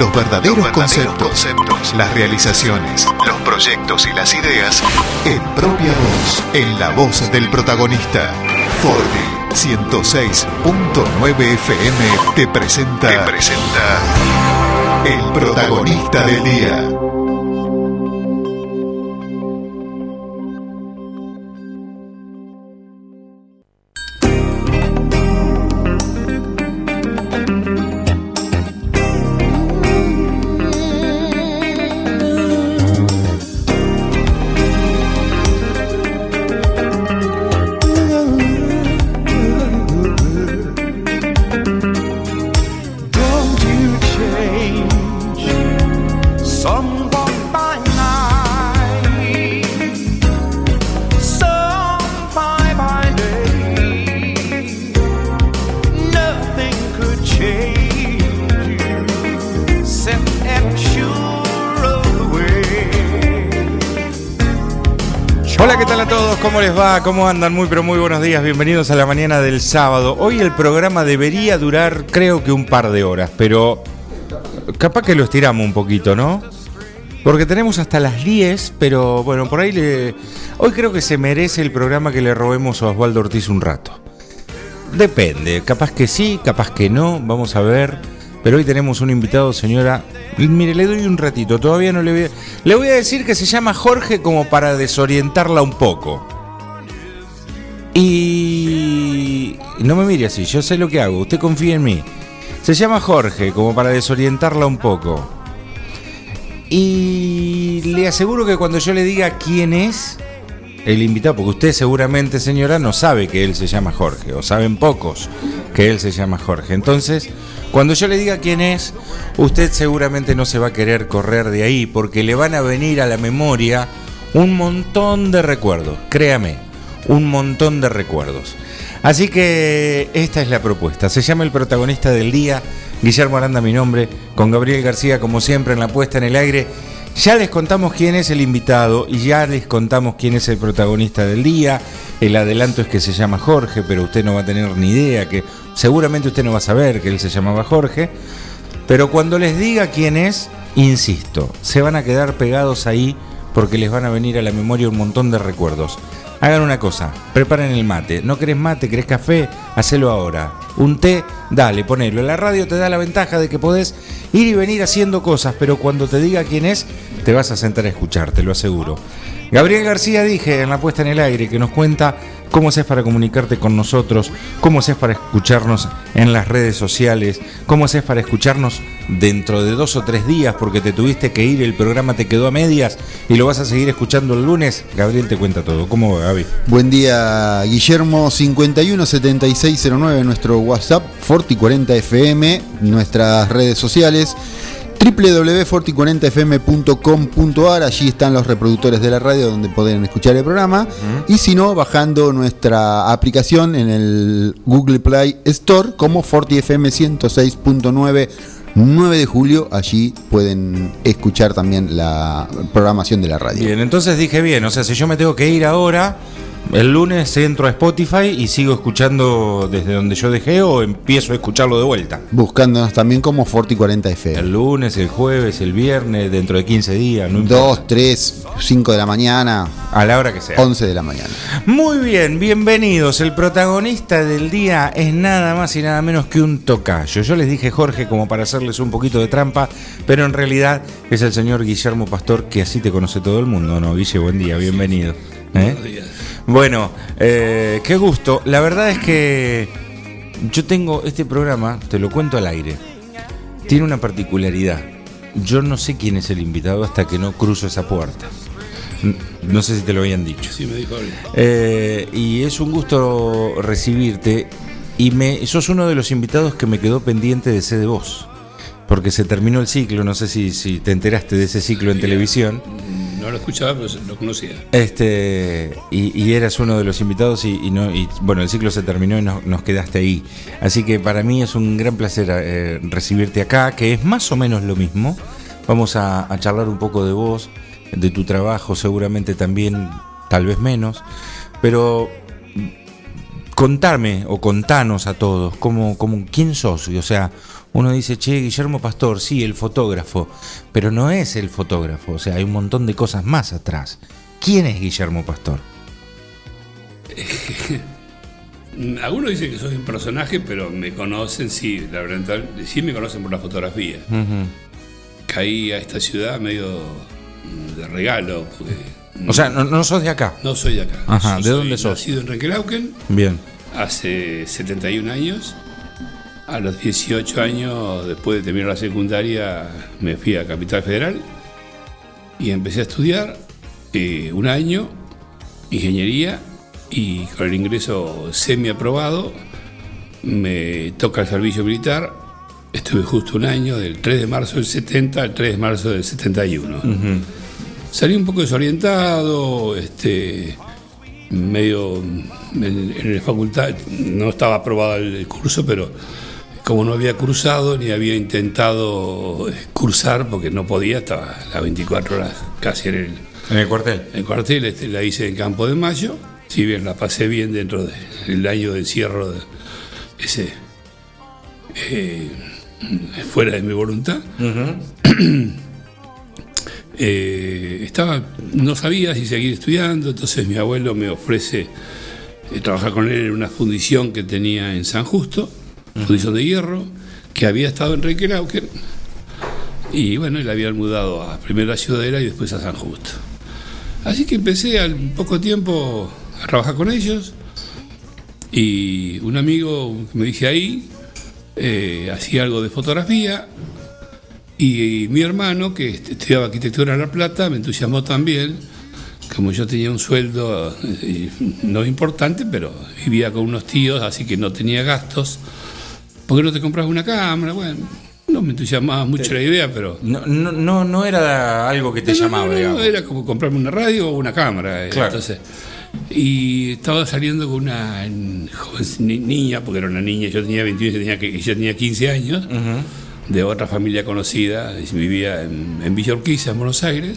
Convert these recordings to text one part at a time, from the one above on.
Los verdaderos conceptos, las realizaciones, los proyectos y las ideas en propia voz, en la voz del protagonista. Forti 106.9 FM te presenta El Protagonista del Día. ¿Cómo les va? ¿Cómo andan? Muy pero muy buenos días, bienvenidos a la mañana del sábado. Hoy el programa debería durar creo que un par de horas, pero capaz que lo estiramos un poquito, ¿no? Porque tenemos hasta las 10, pero bueno, por ahí hoy creo que se merece el programa que le robemos a Osvaldo Ortiz un rato. Depende, capaz que sí, capaz que no, vamos a ver. Pero hoy tenemos un invitado, señora. Mire, le doy un ratito, todavía no le voy a decir que se llama Jorge como para desorientarla un poco. Y no me mire así, yo sé lo que hago, usted confía en mí. Se llama Jorge como para desorientarla un poco. Y le aseguro que cuando yo le diga quién es el invitado, porque usted seguramente, señora, no sabe que él se llama Jorge, o saben pocos que él se llama Jorge. Entonces, cuando yo le diga quién es, usted seguramente no se va a querer correr de ahí, porque le van a venir a la memoria un montón de recuerdos, créame, un montón de recuerdos. Así que esta es la propuesta, se llama El Protagonista del Día. Guillermo Aranda mi nombre, con Gabriel García como siempre en la puesta en el aire. Ya les contamos quién es el invitado y ya les contamos quién es el protagonista del día. El adelanto es que se llama Jorge, pero usted no va a tener ni idea, que seguramente usted no va a saber que él se llamaba Jorge. Pero cuando les diga quién es, insisto, se van a quedar pegados ahí porque les van a venir a la memoria un montón de recuerdos. Hagan una cosa, preparen el mate. ¿No querés mate, querés café? Hacelo ahora. Un té, dale, ponelo. La radio te da la ventaja de que podés ir y venir haciendo cosas, pero cuando te diga quién es, te vas a sentar a escuchar, te lo aseguro. Gabriel García, dije en la puesta en el aire, que nos cuenta cómo haces para comunicarte con nosotros, cómo haces para escucharnos en las redes sociales, cómo haces para escucharnos dentro de 2 o 3 días porque te tuviste que ir, el programa te quedó a medias y lo vas a seguir escuchando el lunes. Gabriel te cuenta todo. ¿Cómo va, Gaby? Buen día, Guillermo. 517609, nuestro WhatsApp, Forti40FM, nuestras redes sociales, www.forti40fm.com.ar. Allí están los reproductores de la radio donde pueden escuchar el programa. Y si no, bajando nuestra aplicación en el Google Play Store como Forti FM 106.9 9 de julio, allí pueden escuchar también la programación de la radio. Bien, entonces dije bien, o sea, si yo me tengo que ir ahora, el lunes entro a Spotify y sigo escuchando desde donde yo dejé o empiezo a escucharlo de vuelta. Buscándonos también como Forti40FM. El lunes, el jueves, el viernes, dentro de 15 días. No 2, 3, 5 de la mañana. A la hora que sea. 11 de la mañana. Muy bien, bienvenidos. El protagonista del día es nada más y nada menos que un tocayo. Yo les dije Jorge como para hacerles un poquito de trampa, pero en realidad es el señor Guillermo Pastor, que así te conoce todo el mundo, ¿no? Guille, buen día, bienvenido. Buenos días. Bueno, qué gusto. La verdad es que yo tengo este programa, te lo cuento al aire, tiene una particularidad. Yo no sé quién es el invitado hasta que no cruzo esa puerta. No sé si te lo habían dicho. Sí, me dijo alguien. Y es un gusto recibirte. Y sos uno de los invitados que me quedó pendiente de Sé de Vos, porque se terminó el ciclo. No sé si te enteraste de ese ciclo en televisión. No lo escuchaba, pero lo conocía. Y eras uno de los invitados y bueno, el ciclo se terminó y nos quedaste ahí. Así que para mí es un gran placer recibirte acá, que es más o menos lo mismo. Vamos a charlar un poco de vos, de tu trabajo, seguramente también, tal vez menos, pero contarme o contanos a todos quién sos, o sea, uno dice, che, Guillermo Pastor, sí, el fotógrafo, pero no es el fotógrafo, o sea, hay un montón de cosas más atrás. ¿Quién es Guillermo Pastor? Algunos dicen que soy un personaje, pero me conocen, sí, la verdad, sí me conocen por la fotografía. Caí a esta ciudad medio de regalo, porque o sea, no sos de acá. no soy de acá. Ajá, Yo ¿de dónde soy sos? nacido en Renquelauquen Bien. hace 71 años. A los 18 años, después de terminar la secundaria, me fui a Capital Federal y empecé a estudiar un año ingeniería, y con el ingreso semi-aprobado me toca el servicio militar. Estuve justo un año, del 3 de marzo del 70 al 3 de marzo del 71. Salí un poco desorientado, medio en la facultad, no estaba aprobado el curso, pero como no había cursado ni había intentado cursar porque no podía, estaba las 24 horas casi en ¿En el cuartel? el cuartel, la hice en Campo de Mayo. Si bien la pasé bien dentro del año de encierro ese, fuera de mi voluntad. No sabía si seguir estudiando, entonces mi abuelo me ofrece trabajar con él en una fundición que tenía en San Justo, fundición de hierro, que había estado en Renquelauquen, y bueno, él había mudado primero a Ciudadela y después a San Justo. Así que empecé al poco tiempo a trabajar con ellos, y un amigo que me dije ahí hacía algo de fotografía, y mi hermano, que estudiaba arquitectura en La Plata, me entusiasmó también. Como yo tenía un sueldo no importante, pero vivía con unos tíos, así que no tenía gastos. ¿Por qué no te compras una cámara? Bueno, no me entusiasmaba mucho la idea, pero... No era algo que te llamaba, digamos. No, era como comprarme una radio o una cámara. Claro. Entonces, y estaba saliendo con una joven niña, porque era una niña, yo tenía 21 y ella tenía 15 años, de otra familia conocida, vivía en Villa Urquiza, en Buenos Aires.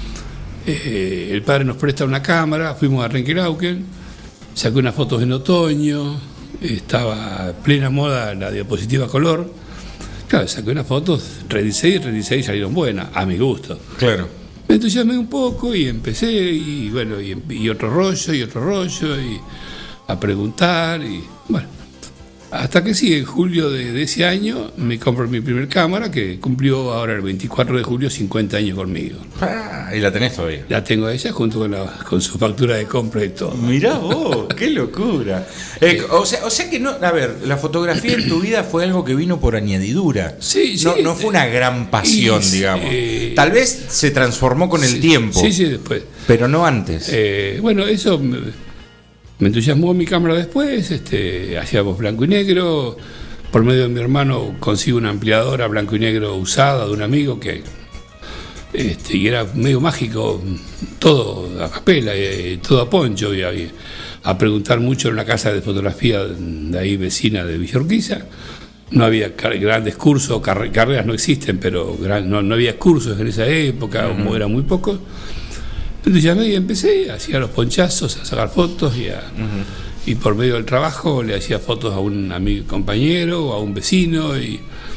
El padre nos presta una cámara, fuimos a Renquelauquen, saqué unas fotos en otoño, estaba plena moda la diapositiva color. Claro, saqué unas fotos, 36 salieron buenas, a mi gusto. Claro. Me entusiasmé un poco y empecé, y bueno, y otro rollo, y a preguntar, y bueno. Hasta que sí, en julio de ese año me compro mi primer cámara, que cumplió ahora el 24 de julio 50 años conmigo. Y la tenés todavía. La tengo a ella junto con su factura de compra y todo. Mirá vos, qué locura. O sea que no, a ver, la fotografía en tu vida fue algo que vino por añadidura. Sí, sí. No fue una gran pasión, digamos. Tal vez se transformó con el tiempo. Sí, después. Pero no antes. Bueno, eso me entusiasmó mi cámara después. Hacíamos blanco y negro. Por medio de mi hermano consigo una ampliadora blanco y negro usada de un amigo que y era medio mágico, todo a capela, todo a poncho, y a preguntar mucho en una casa de fotografía de ahí vecina de Villa Urquiza. No había grandes cursos, carreras no existen, pero no había cursos en esa época, o eran muy pocos. Entonces llamé y empecé, hacía los ponchazos, a sacar fotos, y por medio del trabajo le hacía fotos a un amigo, compañero, o a un vecino, y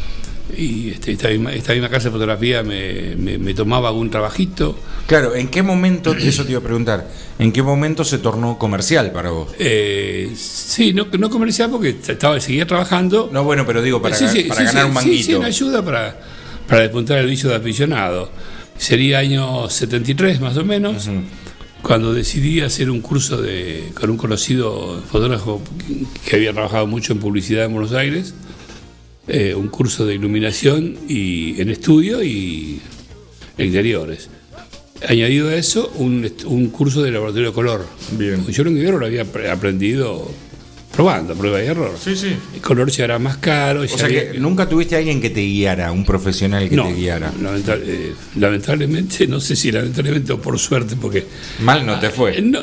esta misma casa de fotografía me tomaba algún trabajito. Claro, ¿en qué momento, eso te iba a preguntar, en qué momento se tornó comercial para vos? Sí, no comercial porque seguía trabajando. No, bueno, pero digo, para ganar un manguito. Sí, una ayuda para despuntar el vicio de aficionado. Sería año 73 más o menos, cuando decidí hacer un curso con un conocido fotógrafo que había trabajado mucho en publicidad en Buenos Aires, un curso de iluminación y en estudio y interiores. Añadido a eso, un curso de laboratorio de color. Bien. Yo en lo había aprendido probando, prueba y error. Sí. El color ya era más caro. O sea que nunca tuviste a alguien que te guiara, un profesional que te guiara. Lamentablemente, no sé si lamentablemente o por suerte, porque... Mal no te fue. No.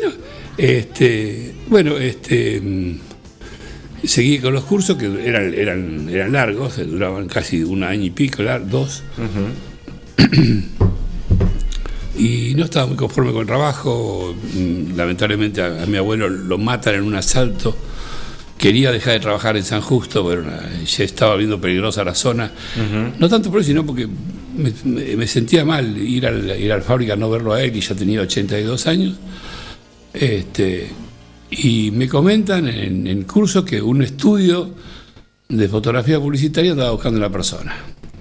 Bueno, seguí con los cursos que eran largos, duraban casi un año y pico, dos. Y no estaba muy conforme con el trabajo. Lamentablemente a mi abuelo lo matan en un asalto quería dejar de trabajar en San Justo, pero ya estaba viendo peligrosa la zona. No tanto por eso, sino porque me sentía mal ir a la fábrica, no verlo a él, y ya tenía 82 años. Y me comentan en el curso que un estudio de fotografía publicitaria estaba buscando a una persona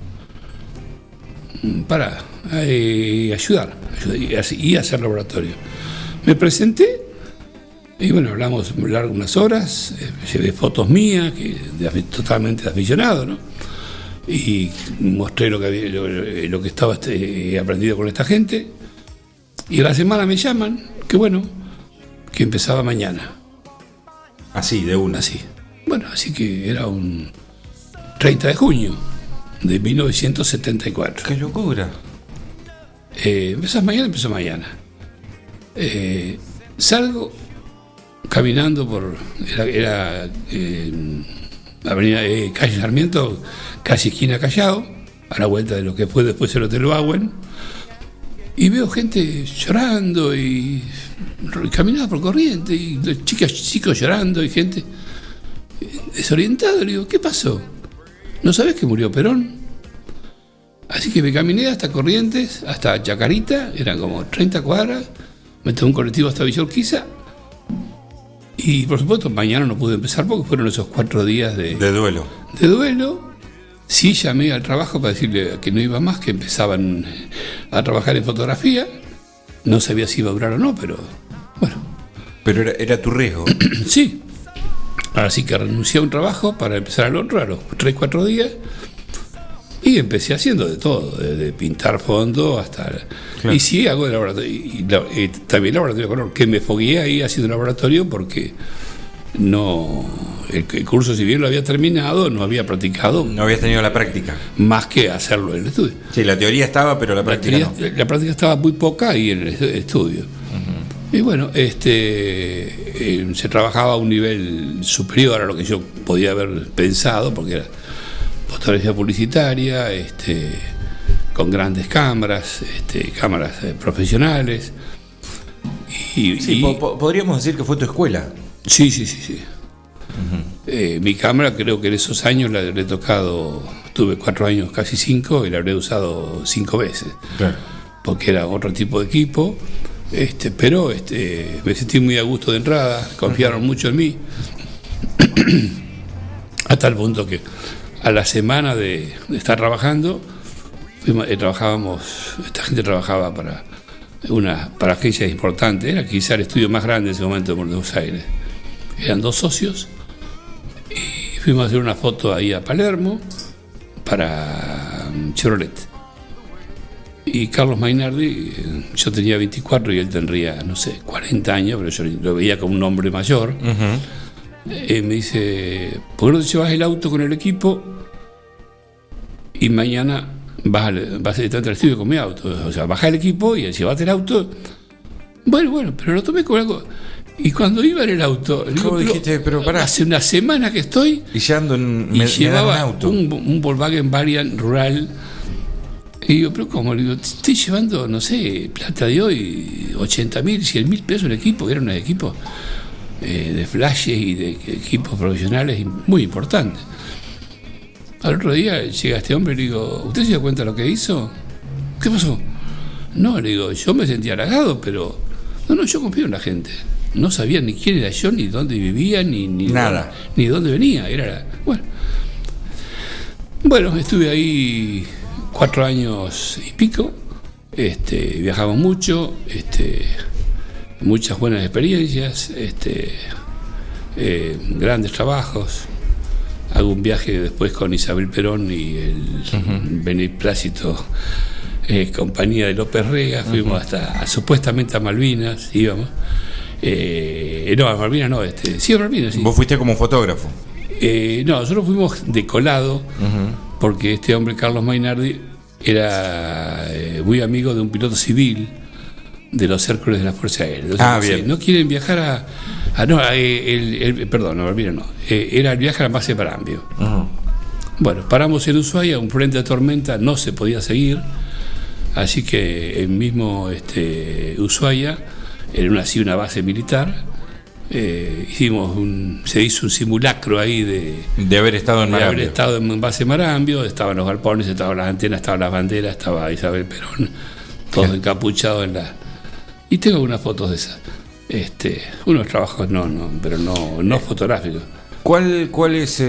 para ayudar y hacer laboratorio. Me presenté y bueno, hablamos unas horas, llevé fotos mías, totalmente de aficionado, ¿no? Y mostré lo que estaba aprendido con esta gente. Y a la semana me llaman, que empezaba mañana. Así, de una. Así. Bueno, así que era un 30 de junio de 1974. ¡Qué locura! Empezó mañana. Salgo caminando por... Era avenida calle Sarmiento, casi esquina Callao, a la vuelta de lo que fue después el Hotel Bauen, y veo gente llorando y caminaba por Corriente, y chicos llorando y gente desorientada. Le digo, ¿qué pasó? ¿No sabes que murió Perón? Así que me caminé hasta Corrientes, hasta Chacarita, eran como 30 cuadras, me tomé un colectivo hasta Villa Urquiza, y por supuesto mañana no pude empezar porque fueron esos 4 días de duelo. De duelo. Sí llamé al trabajo para decirle que no iba más, que empezaban a trabajar en fotografía. No sabía si iba a durar o no, pero bueno. Pero era tu riesgo. Sí. Así que renuncié a un trabajo para empezar al otro a los 3-4 días. Y empecé haciendo de todo, desde pintar fondo hasta... Claro. Y sí, hago de laboratorio. Y también laboratorio de color, que me fogueé ahí haciendo laboratorio porque no... El curso, si bien lo había terminado, no había practicado. No habías tenido la práctica. Más que hacerlo en el estudio. Sí, la teoría estaba, pero la práctica no. La práctica estaba muy poca ahí en el estudio. Uh-huh. Y bueno, se trabajaba a un nivel superior a lo que yo podía haber pensado, porque era fotografía publicitaria, con grandes cámaras, cámaras profesionales. Podríamos decir que fue tu escuela. Sí. Uh-huh. Mi cámara, creo que en esos años la habré tocado, tuve 4 años, casi 5, y la habré usado 5 veces. Claro. Porque era otro tipo de equipo, pero me sentí muy a gusto de entrada, confiaron mucho en mí, hasta el punto que a la semana de estar trabajando, esta gente trabajaba para agencias importantes, era quizá el estudio más grande en ese momento de Buenos Aires. Eran 2 socios y fuimos a hacer una foto ahí a Palermo para Chevrolet. Y Carlos Mainardi, yo tenía 24 y él tendría, 40 años, pero yo lo veía como un hombre mayor. Uh-huh. Me dice, ¿por qué no te llevas el auto con el equipo y mañana vas directamente al estudio con mi auto? O sea, bajá el equipo y llevate el auto. Bueno, pero lo tomé con algo. Y cuando iba en el auto, ¿cómo dijiste? Pero pará. Hace una semana que estoy y ya ando y llevaba un auto, un Volkswagen Variant rural. Y digo, pero ¿cómo? Le digo, estoy llevando, plata de hoy, 80.000, 100.000 pesos el equipo, que era un equipo de flashes y de equipos profesionales muy importantes. Al otro día llega este hombre y le digo, ¿usted se da cuenta de lo que hizo? ¿Qué pasó? No, le digo, yo me sentía halagado, pero no, yo confío en la gente. No sabía ni quién era yo, ni dónde vivía, ni nada, ni dónde venía. Bueno, estuve ahí 4 años y pico. Viajamos mucho, muchas buenas experiencias, grandes trabajos. Hago un viaje después con Isabel Perón y el uh-huh. Beneplácito, compañía de López Rega. Fuimos hasta supuestamente a Malvinas, íbamos. No, a Malvinas no, sí, a Malvinas, sí. ¿Vos fuiste como fotógrafo? No, nosotros fuimos de colado, uh-huh. porque este hombre, Carlos Mainardi, era muy amigo de un piloto civil de los Hércules de la Fuerza Aérea. Entonces, bien. No quieren viajar perdón, no, Malvinas no. Era el viaje a la base de Parambio. Uh-huh. Bueno, paramos en Ushuaia, un frente de tormenta, no se podía seguir, así que el mismo Ushuaia era una base militar, se hizo un simulacro ahí de haber estado en Marambio. De haber estado en base Marambio, estaban los galpones, estaban las antenas, estaban las banderas, estaba Isabel Perón, todos encapuchados y tengo algunas fotos de esas. Unos trabajos pero no fotográficos. ¿Cuál es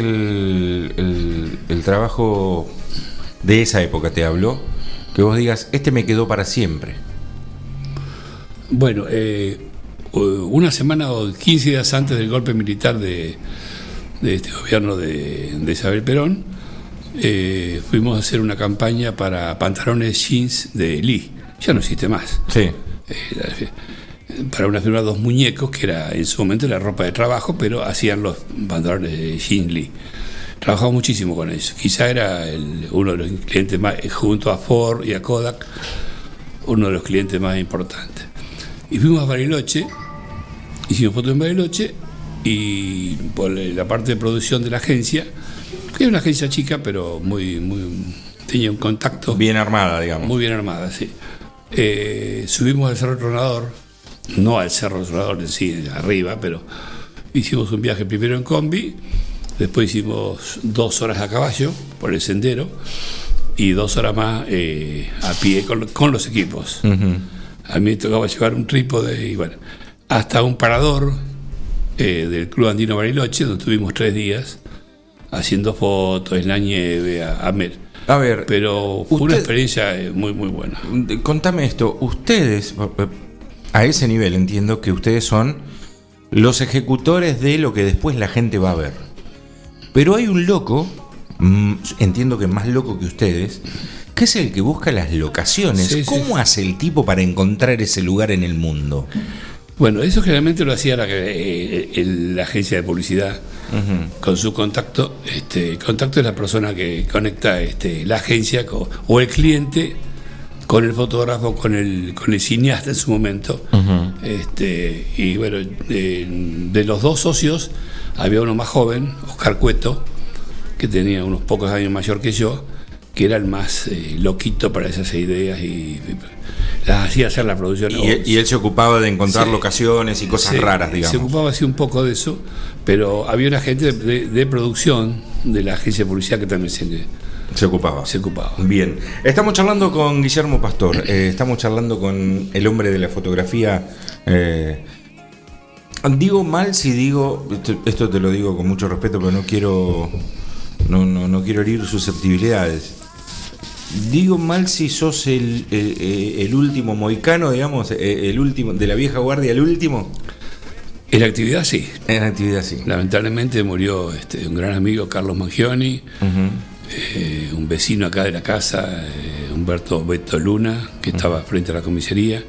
el trabajo de esa época, te habló? Que vos digas, me quedó para siempre. Bueno, una semana o 15 días antes del golpe militar de este gobierno de Isabel Perón, fuimos a hacer una campaña para pantalones jeans de Lee. Ya no existe más. Sí. Para una firma Dos Muñecos, que era en su momento la ropa de trabajo, pero hacían los pantalones de jeans Lee. Trabajamos muchísimo con eso. Quizá era uno de los clientes más, junto a Ford y a Kodak, uno de los clientes más importantes. Y fuimos a Bariloche, hicimos fotos en Bariloche, y por la parte de producción de la agencia, que era una agencia chica, pero tenía un contacto. Bien armada, digamos. Muy bien armada, sí. Subimos al Cerro Tronador, no al Cerro Tronador en sí, arriba, pero hicimos un viaje primero en combi, después hicimos 2 horas a caballo por el sendero y 2 horas más a pie con los equipos. Uh-huh. A mí me tocaba llevar un trípode y bueno, hasta un parador del Club Andino Bariloche, donde estuvimos 3 días haciendo fotos en la nieve, a ver, pero fue una experiencia muy, muy buena. Contame esto, ustedes, a ese nivel entiendo que ustedes son los ejecutores de lo que después la gente va a ver. Pero hay un loco, entiendo que más loco que ustedes, que es el que busca las locaciones. Sí, ¿cómo hace el tipo para encontrar ese lugar en el mundo? Bueno, eso generalmente lo hacía la agencia de publicidad. Uh-huh. Con su contacto. El contacto es la persona que conecta la agencia o el cliente con el fotógrafo, con el cineasta en su momento. Uh-huh. Y bueno, de los 2 socios había uno más joven, Oscar Cueto, que tenía unos pocos años mayor que yo, que era el más loquito para esas ideas y las hacía hacer la producción. Y él se ocupaba de encontrar locaciones y cosas raras, digamos. Se ocupaba así un poco de eso, pero había una gente de producción de la agencia de publicidad que también se ocupaba. Bien. Estamos charlando con Guillermo Pastor, estamos charlando con el hombre de la fotografía. Digo mal si digo, esto te lo digo con mucho respeto, pero no quiero herir susceptibilidades. Digo mal si sos el último mohicano, digamos, el último de la vieja guardia, el último. En la actividad sí. Lamentablemente murió un gran amigo, Carlos Mangioni, uh-huh. Un vecino acá de la casa, Humberto Beto Luna, que estaba frente a la comisaría.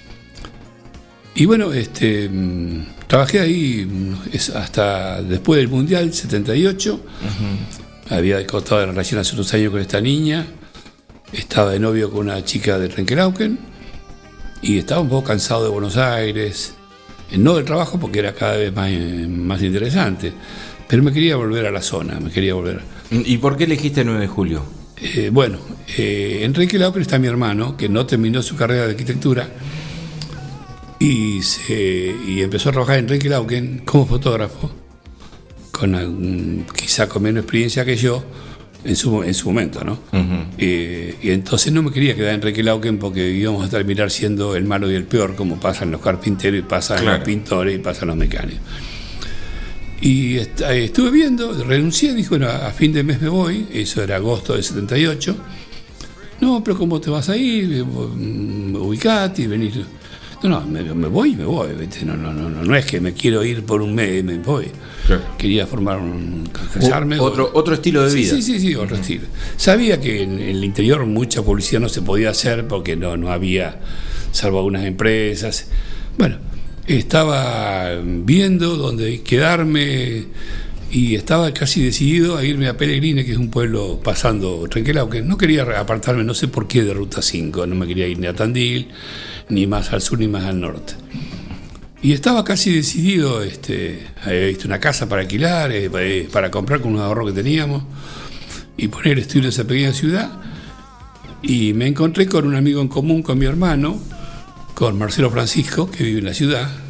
Y bueno, trabajé ahí hasta después del Mundial 78. Uh-huh. Había cortado de relación hace unos años con esta niña. Estaba de novio con una chica de Renquelauquen y estaba un poco cansado de Buenos Aires, no del trabajo porque era cada vez más interesante, pero me quería volver a la zona, ¿Y por qué elegiste 9 de julio? En Renquelauquen está mi hermano, que no terminó su carrera de arquitectura y empezó a trabajar en Renquelauquen como fotógrafo, quizá con menos experiencia que yo, en su momento, ¿no? Uh-huh. Y entonces no me quería quedar en Renquelauquen porque íbamos a terminar siendo el malo y el peor, como pasan los carpinteros y pasan los pintores y pasan los mecánicos. Y estuve viendo, renuncié, dije, bueno, a fin de mes me voy, eso era agosto del 78. No, pero ¿cómo te vas a ir? Ubicate y venir. No, me voy, ¿viste? No es que me quiero ir por un mes, me voy. Claro. Quería casarme. Otro estilo de vida. Sí, otro estilo. Sabía que en el interior mucha publicidad no se podía hacer porque no había, salvo algunas empresas. Bueno, estaba viendo dónde quedarme y estaba casi decidido a irme a Pellegrini, que es un pueblo pasando Renquelauquen. No quería apartarme, no sé por qué, de Ruta 5. No me quería ir ni a Tandil, ni más al sur, ni más al norte. Y estaba casi decidido, había visto una casa para alquilar, para comprar con unos ahorros que teníamos y poner estudio en esa pequeña ciudad. Y me encontré con un amigo en común, con mi hermano, con Marcelo Francisco, que vive en la ciudad,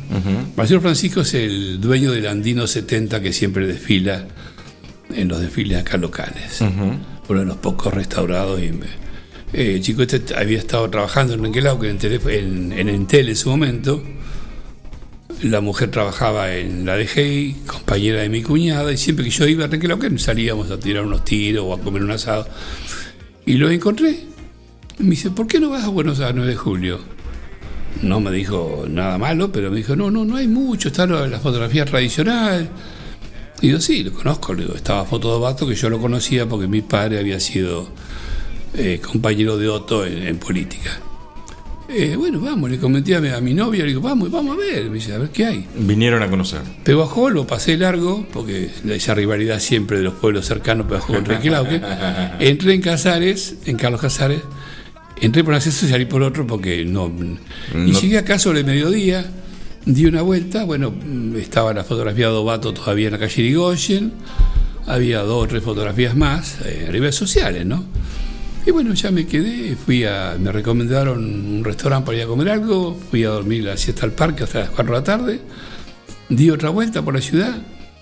Marcelo Francisco es el dueño del Andino 70 que siempre desfila en los desfiles acá locales. Uno de los pocos restaurados. El chico este había estado trabajando en Renquelauquen, en Entel en su momento. La mujer trabajaba en la DGI, compañera de mi cuñada, y siempre que yo iba a Renquelauquen salíamos a tirar unos tiros o a comer un asado. Y lo encontré. Me dice, ¿por qué no vas a Buenos Aires 9 de julio? No me dijo nada malo, pero me dijo, no hay mucho, está la fotografía tradicional. Y yo, sí, lo conozco. Le digo, estaba Fotodovato, que yo lo conocía porque mi padre había sido compañero de Otto en política. Bueno, vamos, le comenté a mi novia, le digo, vamos a ver. Me dice, a ver qué hay. Vinieron a conocer. Pehuajó, lo pasé largo, porque esa rivalidad siempre de los pueblos cercanos, Pehuajó con Renquelauquen. Entré en Carlos Casares, entré por un acceso y salí por otro porque no. Y llegué acá sobre el mediodía, di una vuelta, bueno, estaba la fotografía de Dovato todavía en la calle Irigoyen, había 2 o 3 fotografías más, a nivel sociales, ¿no? Y bueno, ya me quedé, me recomendaron un restaurante para ir a comer algo, fui a dormir la siesta al parque hasta las 4 de la tarde, di otra vuelta por la ciudad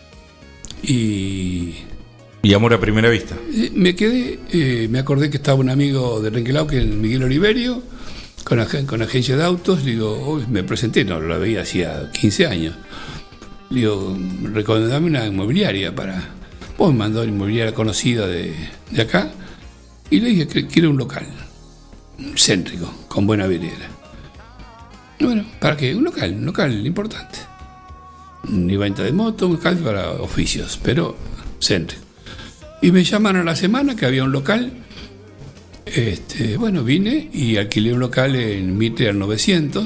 y amor a primera vista. Me quedé, me acordé que estaba un amigo de Renquelauquen, Miguel Oliverio, con agencia de autos. Le digo, me presenté, no lo veía hacía 15 años. Le digo, recomendame una inmobiliaria me mandó una inmobiliaria conocida de acá. Y le dije que quiero un local céntrico, con buena vidriera. Bueno, ¿para qué? Un local importante. Ni venta de moto, un local para oficios, pero céntrico. Y me llamaron a la semana que había un local. Bueno, vine y alquilé un local en Mitre al 900,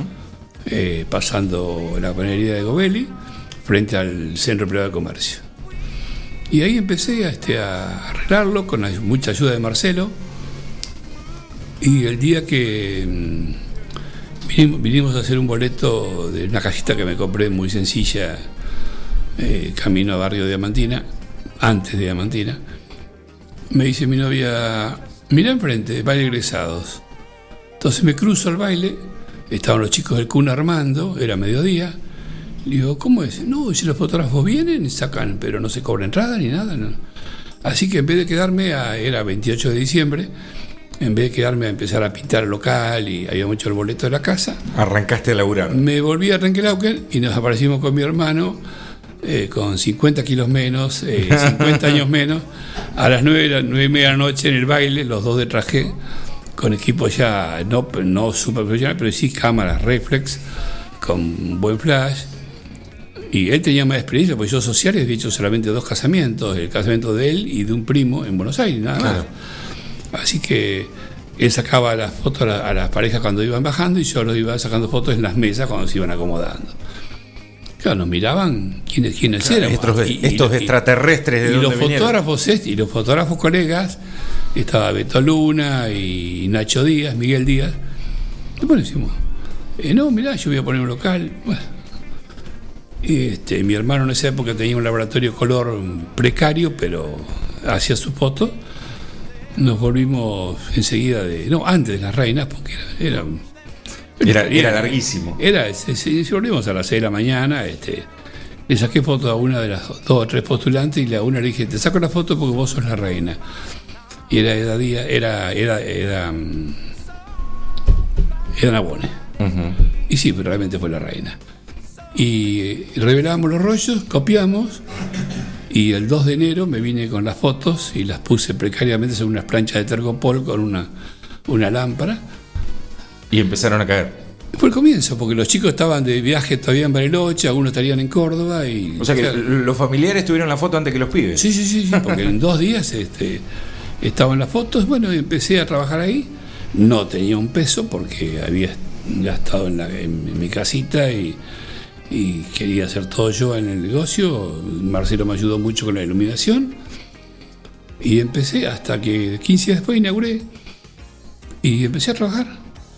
pasando la panadería de Govelli, frente al Centro Privado de Comercio. Y ahí empecé a arreglarlo con mucha ayuda de Marcelo. Y el día que vinimos a hacer un boleto de una casita que me compré muy sencilla, camino a Barrio Diamantina, antes de Diamantina, me dice mi novia, mirá enfrente, baile egresados. Entonces me cruzo al baile, estaban los chicos del CUN armando, era mediodía. Le digo, ¿cómo es? No, si los fotógrafos vienen y sacan, pero no se cobra entrada ni nada, ¿no? Así que en vez de quedarme, era 28 de diciembre, en vez de quedarme a empezar a pintar el local y habíamos hecho el boleto de la casa, arrancaste a laburar. Me volví a Renquelauquen y nos aparecimos con mi hermano, con 50 kilos menos, 50 años menos, a las 9:30 de la noche en el baile, los dos de traje, con equipo ya no super profesional, pero sí cámaras reflex, con buen flash. Y él tenía más experiencia, porque yo sociales había hecho solamente 2 casamientos, el casamiento de él y de un primo en Buenos Aires, nada más. Así que él sacaba las fotos a las parejas cuando iban bajando y yo los iba sacando fotos en las mesas cuando se iban acomodando. Claro, nos miraban quiénes eran. Estos extraterrestres de y los fotógrafos colegas, estaba Beto Luna y Nacho Díaz, Miguel Díaz. Y bueno, decimos, no, mirá, yo voy a poner un local. Bueno. Mi hermano en esa época tenía un laboratorio color precario, pero hacía sus fotos. Nos volvimos enseguida antes de las reinas, porque era larguísimo. Volvimos a las 6 de la mañana. Le saqué foto a una de las 2 o 3 postulantes y a una le dije, te saco la foto porque vos sos la reina. Y era Nabone. Y sí, pero realmente fue la reina. Y revelamos los rollos, copiamos, y el 2 de enero me vine con las fotos y las puse precariamente sobre unas planchas de tergopol con una lámpara. Y empezaron a caer. Fue el comienzo, porque los chicos estaban de viaje todavía en Bariloche, algunos estarían en Córdoba. O sea que los familiares tuvieron la foto antes que los pibes. Sí, porque en 2 días estaban las fotos. Bueno, empecé a trabajar ahí. No tenía un peso porque había gastado en mi casita y quería hacer todo yo en el negocio. Marcelo me ayudó mucho con la iluminación y empecé hasta que 15 días después inauguré y empecé a trabajar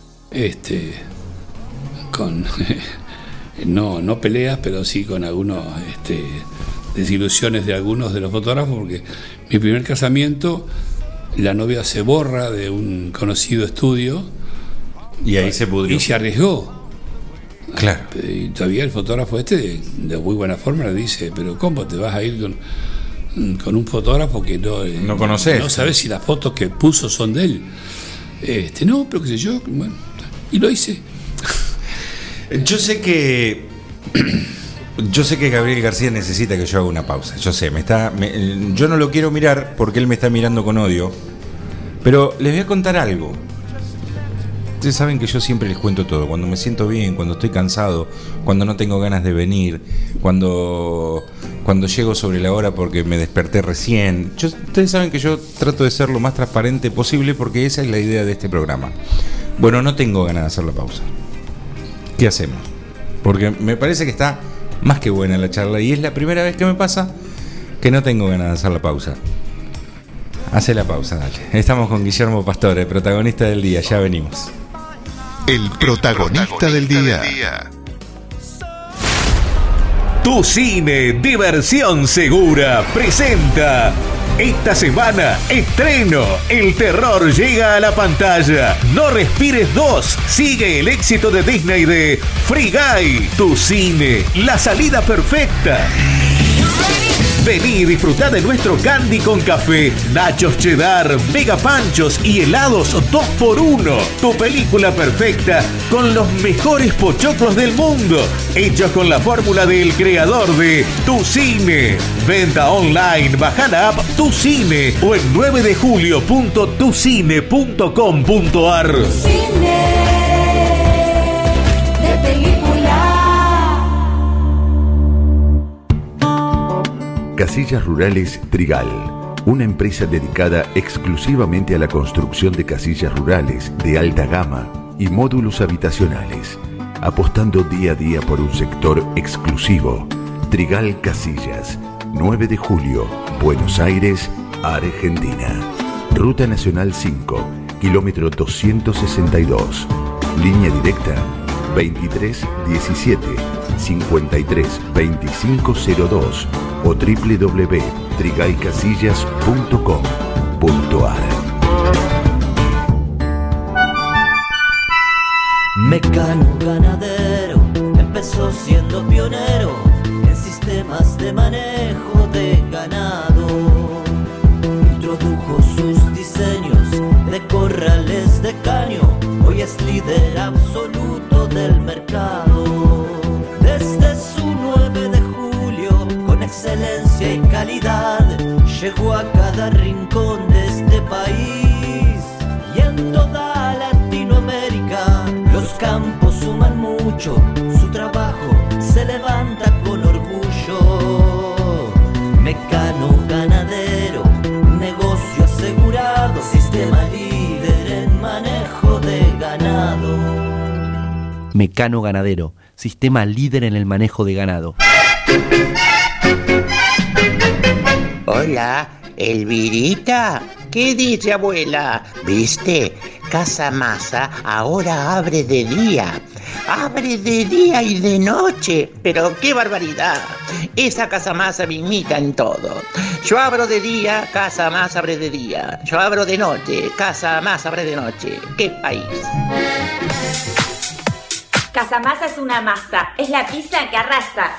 con no peleas, pero sí con algunos desilusiones de algunos de los fotógrafos, porque mi primer casamiento la novia se borra de un conocido estudio y ahí se pudrió y se arriesgó. Claro. Y todavía el fotógrafo de muy buena forma le dice, pero ¿cómo te vas a ir con un fotógrafo que no conoces? No sabes si las fotos que puso son de él. No, pero qué sé yo. Bueno, y lo hice. Yo sé que Gabriel García necesita que yo haga una pausa. Yo sé, yo no lo quiero mirar porque él me está mirando con odio. Pero les voy a contar algo. Ustedes saben que yo siempre les cuento todo. Cuando me siento bien, cuando estoy cansado, cuando no tengo ganas de venir, cuando llego sobre la hora porque me desperté recién. Ustedes saben que yo trato de ser lo más transparente posible porque esa es la idea de este programa. Bueno, no tengo ganas de hacer la pausa. ¿Qué hacemos? Porque me parece que está más que buena la charla y es la primera vez que me pasa que no tengo ganas de hacer la pausa. Hace la pausa, dale. Estamos con Guillermo Pastore, protagonista del día. Ya venimos. El protagonista del día. Tu Cine Diversión Segura presenta esta semana estreno. El terror llega a la pantalla. No respires 2. Sigue el éxito de Disney de Free Guy. Tu Cine, la salida perfecta. Vení y disfrutá de nuestro candy con café, nachos cheddar, mega panchos y helados 2x1. Tu película perfecta con los mejores pochoclos del mundo, hechos con la fórmula del creador de Tu Cine. Venta online, baja la app Tu Cine o en 9dejulio.tucine.com.ar. Cine de película. Casillas Rurales Trigal, una empresa dedicada exclusivamente a la construcción de casillas rurales de alta gama y módulos habitacionales, apostando día a día por un sector exclusivo. Trigal Casillas, 9 de julio, Buenos Aires, Argentina. Ruta Nacional 5, kilómetro 262. Línea directa 2317 532502 o www.trigaycasillas.com.ar. Mecano ganadero empezó siendo pionero en sistemas de manejo de ganado. Introdujo sus diseños de corrales de caño, hoy es líder absoluto del mercado. Desde su 9 de julio, con excelencia y calidad, llegó a cada rincón de este país. Y en toda Latinoamérica, los campos suman mucho, su trabajo se levanta con orgullo. Mecano ganadero, negocio asegurado, sistema líder en manejo de ganado. Mecano ganadero, sistema líder en el manejo de ganado. Hola, Elvirita. ¿Qué dice abuela? ¿Viste? Casa Masa ahora abre de día. Abre de día y de noche. Pero qué barbaridad. Esa Casa Masa me imita en todo. Yo abro de día, Casa Masa abre de día. Yo abro de noche, Casa Masa abre de noche. ¡Qué país! Casa Masa es una masa, es la pizza que arrasa.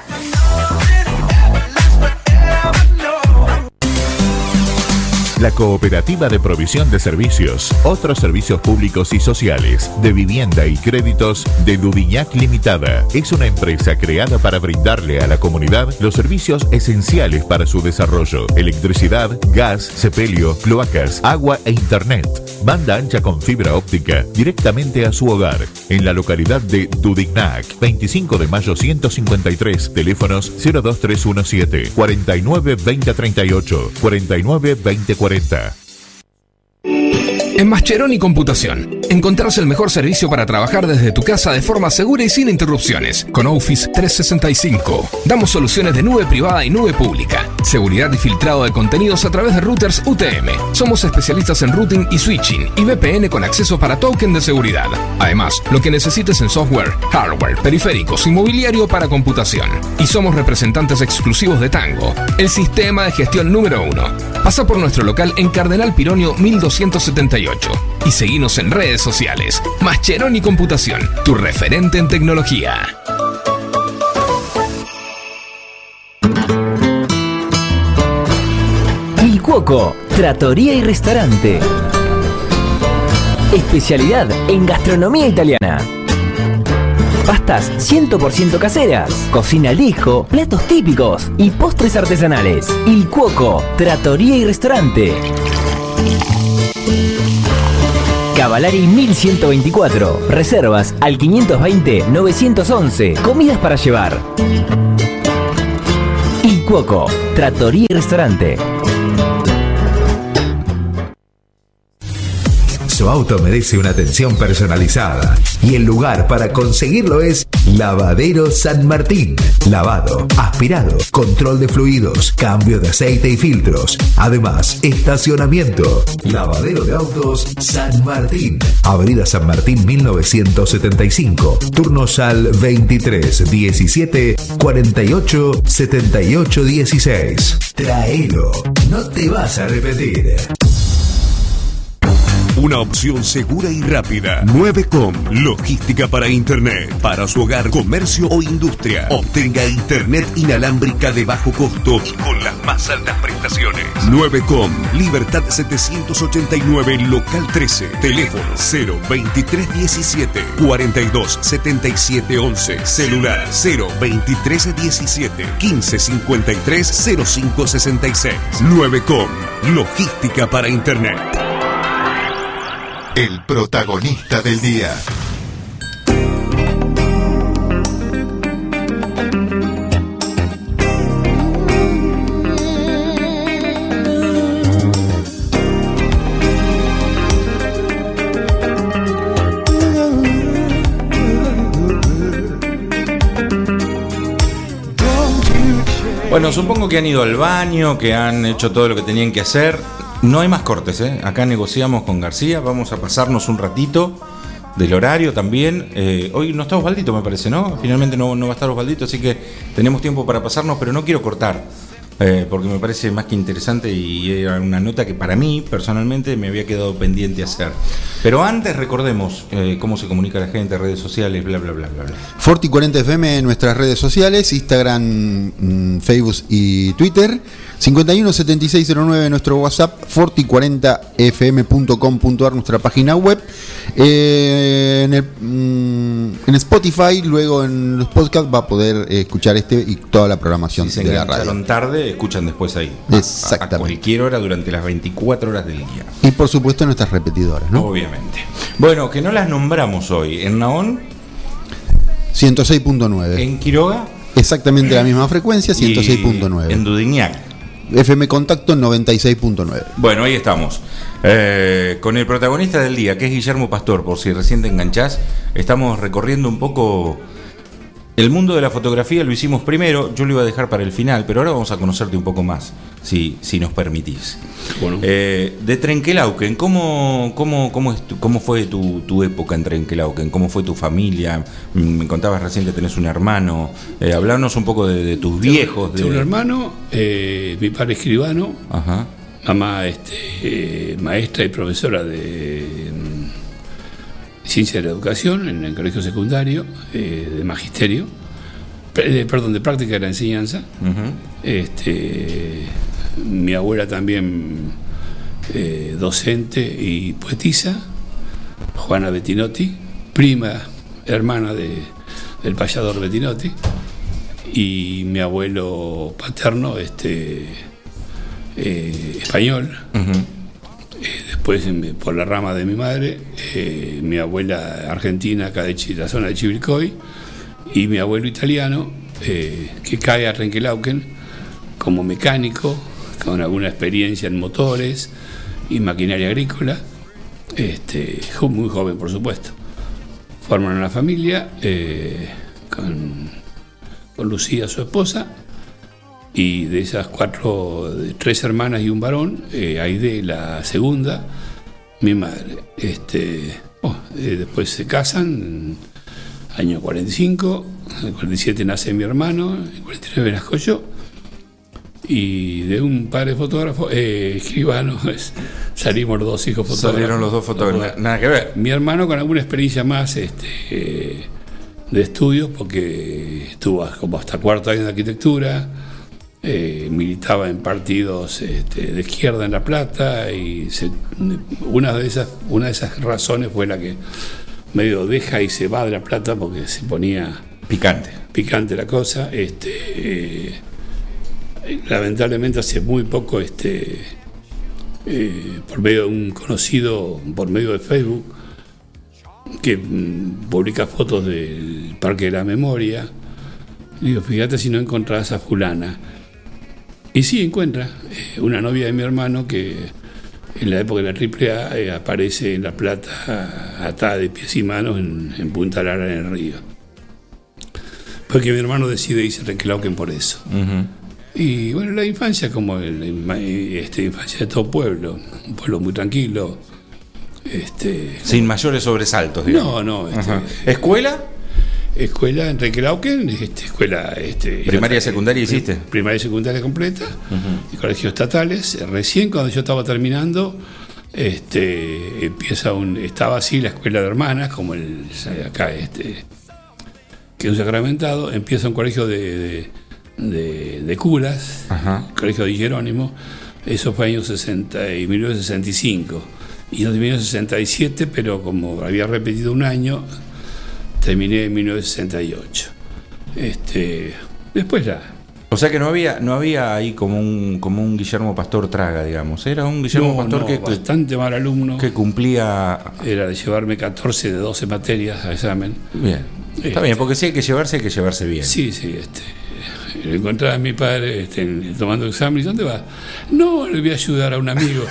La Cooperativa de Provisión de Servicios, otros servicios públicos y sociales, de vivienda y créditos de Dudignac Limitada. Es una empresa creada para brindarle a la comunidad los servicios esenciales para su desarrollo: electricidad, gas, sepelio, cloacas, agua e internet. Banda ancha con fibra óptica directamente a su hogar. En la localidad de Dudignac, 25 de mayo 153, teléfonos 02317 49 2038, 49 2040. En Mascheroni Computación encontrás el mejor servicio para trabajar desde tu casa de forma segura y sin interrupciones. Con Office 365 damos soluciones de nube privada y nube pública, seguridad y filtrado de contenidos a través de routers UTM. Somos especialistas en routing y switching y VPN con acceso para token de seguridad. Además, lo que necesites en software, hardware, periféricos y mobiliario para computación. Y somos representantes exclusivos de Tango, el sistema de gestión número 1. Pasa por nuestro local en Cardenal Pironio 1278. Y seguinos en redes sociales. Mascheroni Computación, tu referente en tecnología. Il Cuoco, trattoria y restaurante. Especialidad en gastronomía italiana. Pastas 100% caseras, cocina al disco, platos típicos y postres artesanales. Il Cuoco, trattoria y restaurante. Cavallari 1124. Reservas al 520-911. Comidas para llevar. Il Cuoco, trattoria y restaurante. Su auto merece una atención personalizada y el lugar para conseguirlo es Lavadero San Martín. Lavado, aspirado, control de fluidos, cambio de aceite y filtros. Además, estacionamiento. Lavadero de autos San Martín. Avenida San Martín 1975. Turnos al 23 17 48 78 16. Traelo, no te vas a repetir. Una opción segura y rápida. 9com, logística para Internet. Para su hogar, comercio o industria. Obtenga Internet inalámbrica de bajo costo y con las más altas prestaciones. 9com, Libertad 789, local 13. Teléfono 02317 427711. Celular 02317 1553 0566. 9com, logística para Internet. El protagonista del día. Bueno, supongo que han ido al baño, que han hecho todo lo que tenían que hacer. No hay más cortes, ¿eh? Acá negociamos con García, vamos a pasarnos un ratito del horario también. Hoy no está Osvaldito, me parece, ¿no? Finalmente no va a estar Osvaldito, así que tenemos tiempo para pasarnos, pero no quiero cortar, porque me parece más que interesante y era una nota que para mí, personalmente, me había quedado pendiente hacer. Pero antes recordemos cómo se comunica la gente, redes sociales, bla, bla, bla, bla, bla. Forti 40 FM en nuestras redes sociales, Instagram, Facebook y Twitter. 517609 nuestro WhatsApp, forti40fm.com.ar nuestra página web, en Spotify, luego en los podcasts va a poder escuchar este y toda la programación si de la radio. Se tarde, escuchan después ahí. Exactamente. A cualquier hora durante las 24 horas del día. Y por supuesto nuestras repetidoras, ¿no? Obviamente. Bueno, que no las nombramos hoy. En Naón 106.9. En Quiroga exactamente la misma frecuencia, 106.9. En Dudignac FM Contacto 96.9. Bueno, ahí estamos. Con el protagonista del día, que es Guillermo Pastor, por si recién te enganchás. Estamos recorriendo un poco el mundo de la fotografía. Lo hicimos primero, yo lo iba a dejar para el final, pero ahora vamos a conocerte un poco más, si nos permitís. Bueno. De Trenquelauquen, ¿cómo fue tu época en Trenquelauquen? ¿Cómo fue tu familia? Me contabas recién que tenés un hermano. Hablarnos un poco de tus viejos. Tengo un hermano, mi padre escribano, ajá, mamá maestra y profesora de ciencia de la educación en el colegio secundario, de magisterio, de práctica de la enseñanza. uh-huh. Mi abuela también docente y poetisa, Juana Bettinotti, prima hermana del payador Bettinotti, y mi abuelo paterno español. Uh-huh. Después, por la rama de mi madre, mi abuela argentina, acá de la zona de Chivilcoy, y mi abuelo italiano, que cae a Trenquelauquen como mecánico, con alguna experiencia en motores y maquinaria agrícola, muy joven, por supuesto. Forman una familia con Lucía, su esposa, y de esas tres hermanas y un varón, Aide, la segunda, mi madre. Después se casan, año 45, en el 47 nace mi hermano, en el 49 nazco yo, Y de un padre fotógrafo, escribano, salimos los dos hijos fotógrafos. Salieron los dos fotógrafos, nada que ver. Mi hermano con alguna experiencia más de estudios, porque estuvo como hasta cuarto año de arquitectura, militaba en partidos de izquierda en La Plata, y una de esas razones fue la que medio deja y se va de La Plata porque se ponía picante la cosa. Lamentablemente hace muy poco por medio de un conocido, por medio de Facebook, que publica fotos del Parque de la Memoria, digo, fíjate si no encontrás a fulana. Y sí encuentra una novia de mi hermano que en la época de la AAA aparece en La Plata atada de pies y manos en Punta Lara, en el río, porque mi hermano decide irse a Renquelauquen por eso. Y bueno, la infancia como la infancia de todo pueblo, un pueblo muy tranquilo, sin mayores sobresaltos, digamos. No. ¿Escuela? Escuela en Renquelauquen, escuela primaria y secundaria hiciste. Primaria y secundaria completa, y colegios estatales. Recién cuando yo estaba terminando, estaba así la escuela de hermanas, como acá que es un sacramentado. Empieza un colegio de curas, el colegio de Jerónimo. Eso fue año 1965, y yo terminé en 67, pero como había repetido un año, terminé en 1968. Después o sea que no había ahí como un Guillermo Pastor Traga, digamos. Era un Guillermo Pastor que bastante mal alumno, que cumplía, era de llevarme 14 de 12 materias a examen. Bien. Está bien, porque si hay que llevarse bien. Sí, encontraba a mi padre tomando examen. ¿Y dónde va? No, le voy a ayudar a un amigo.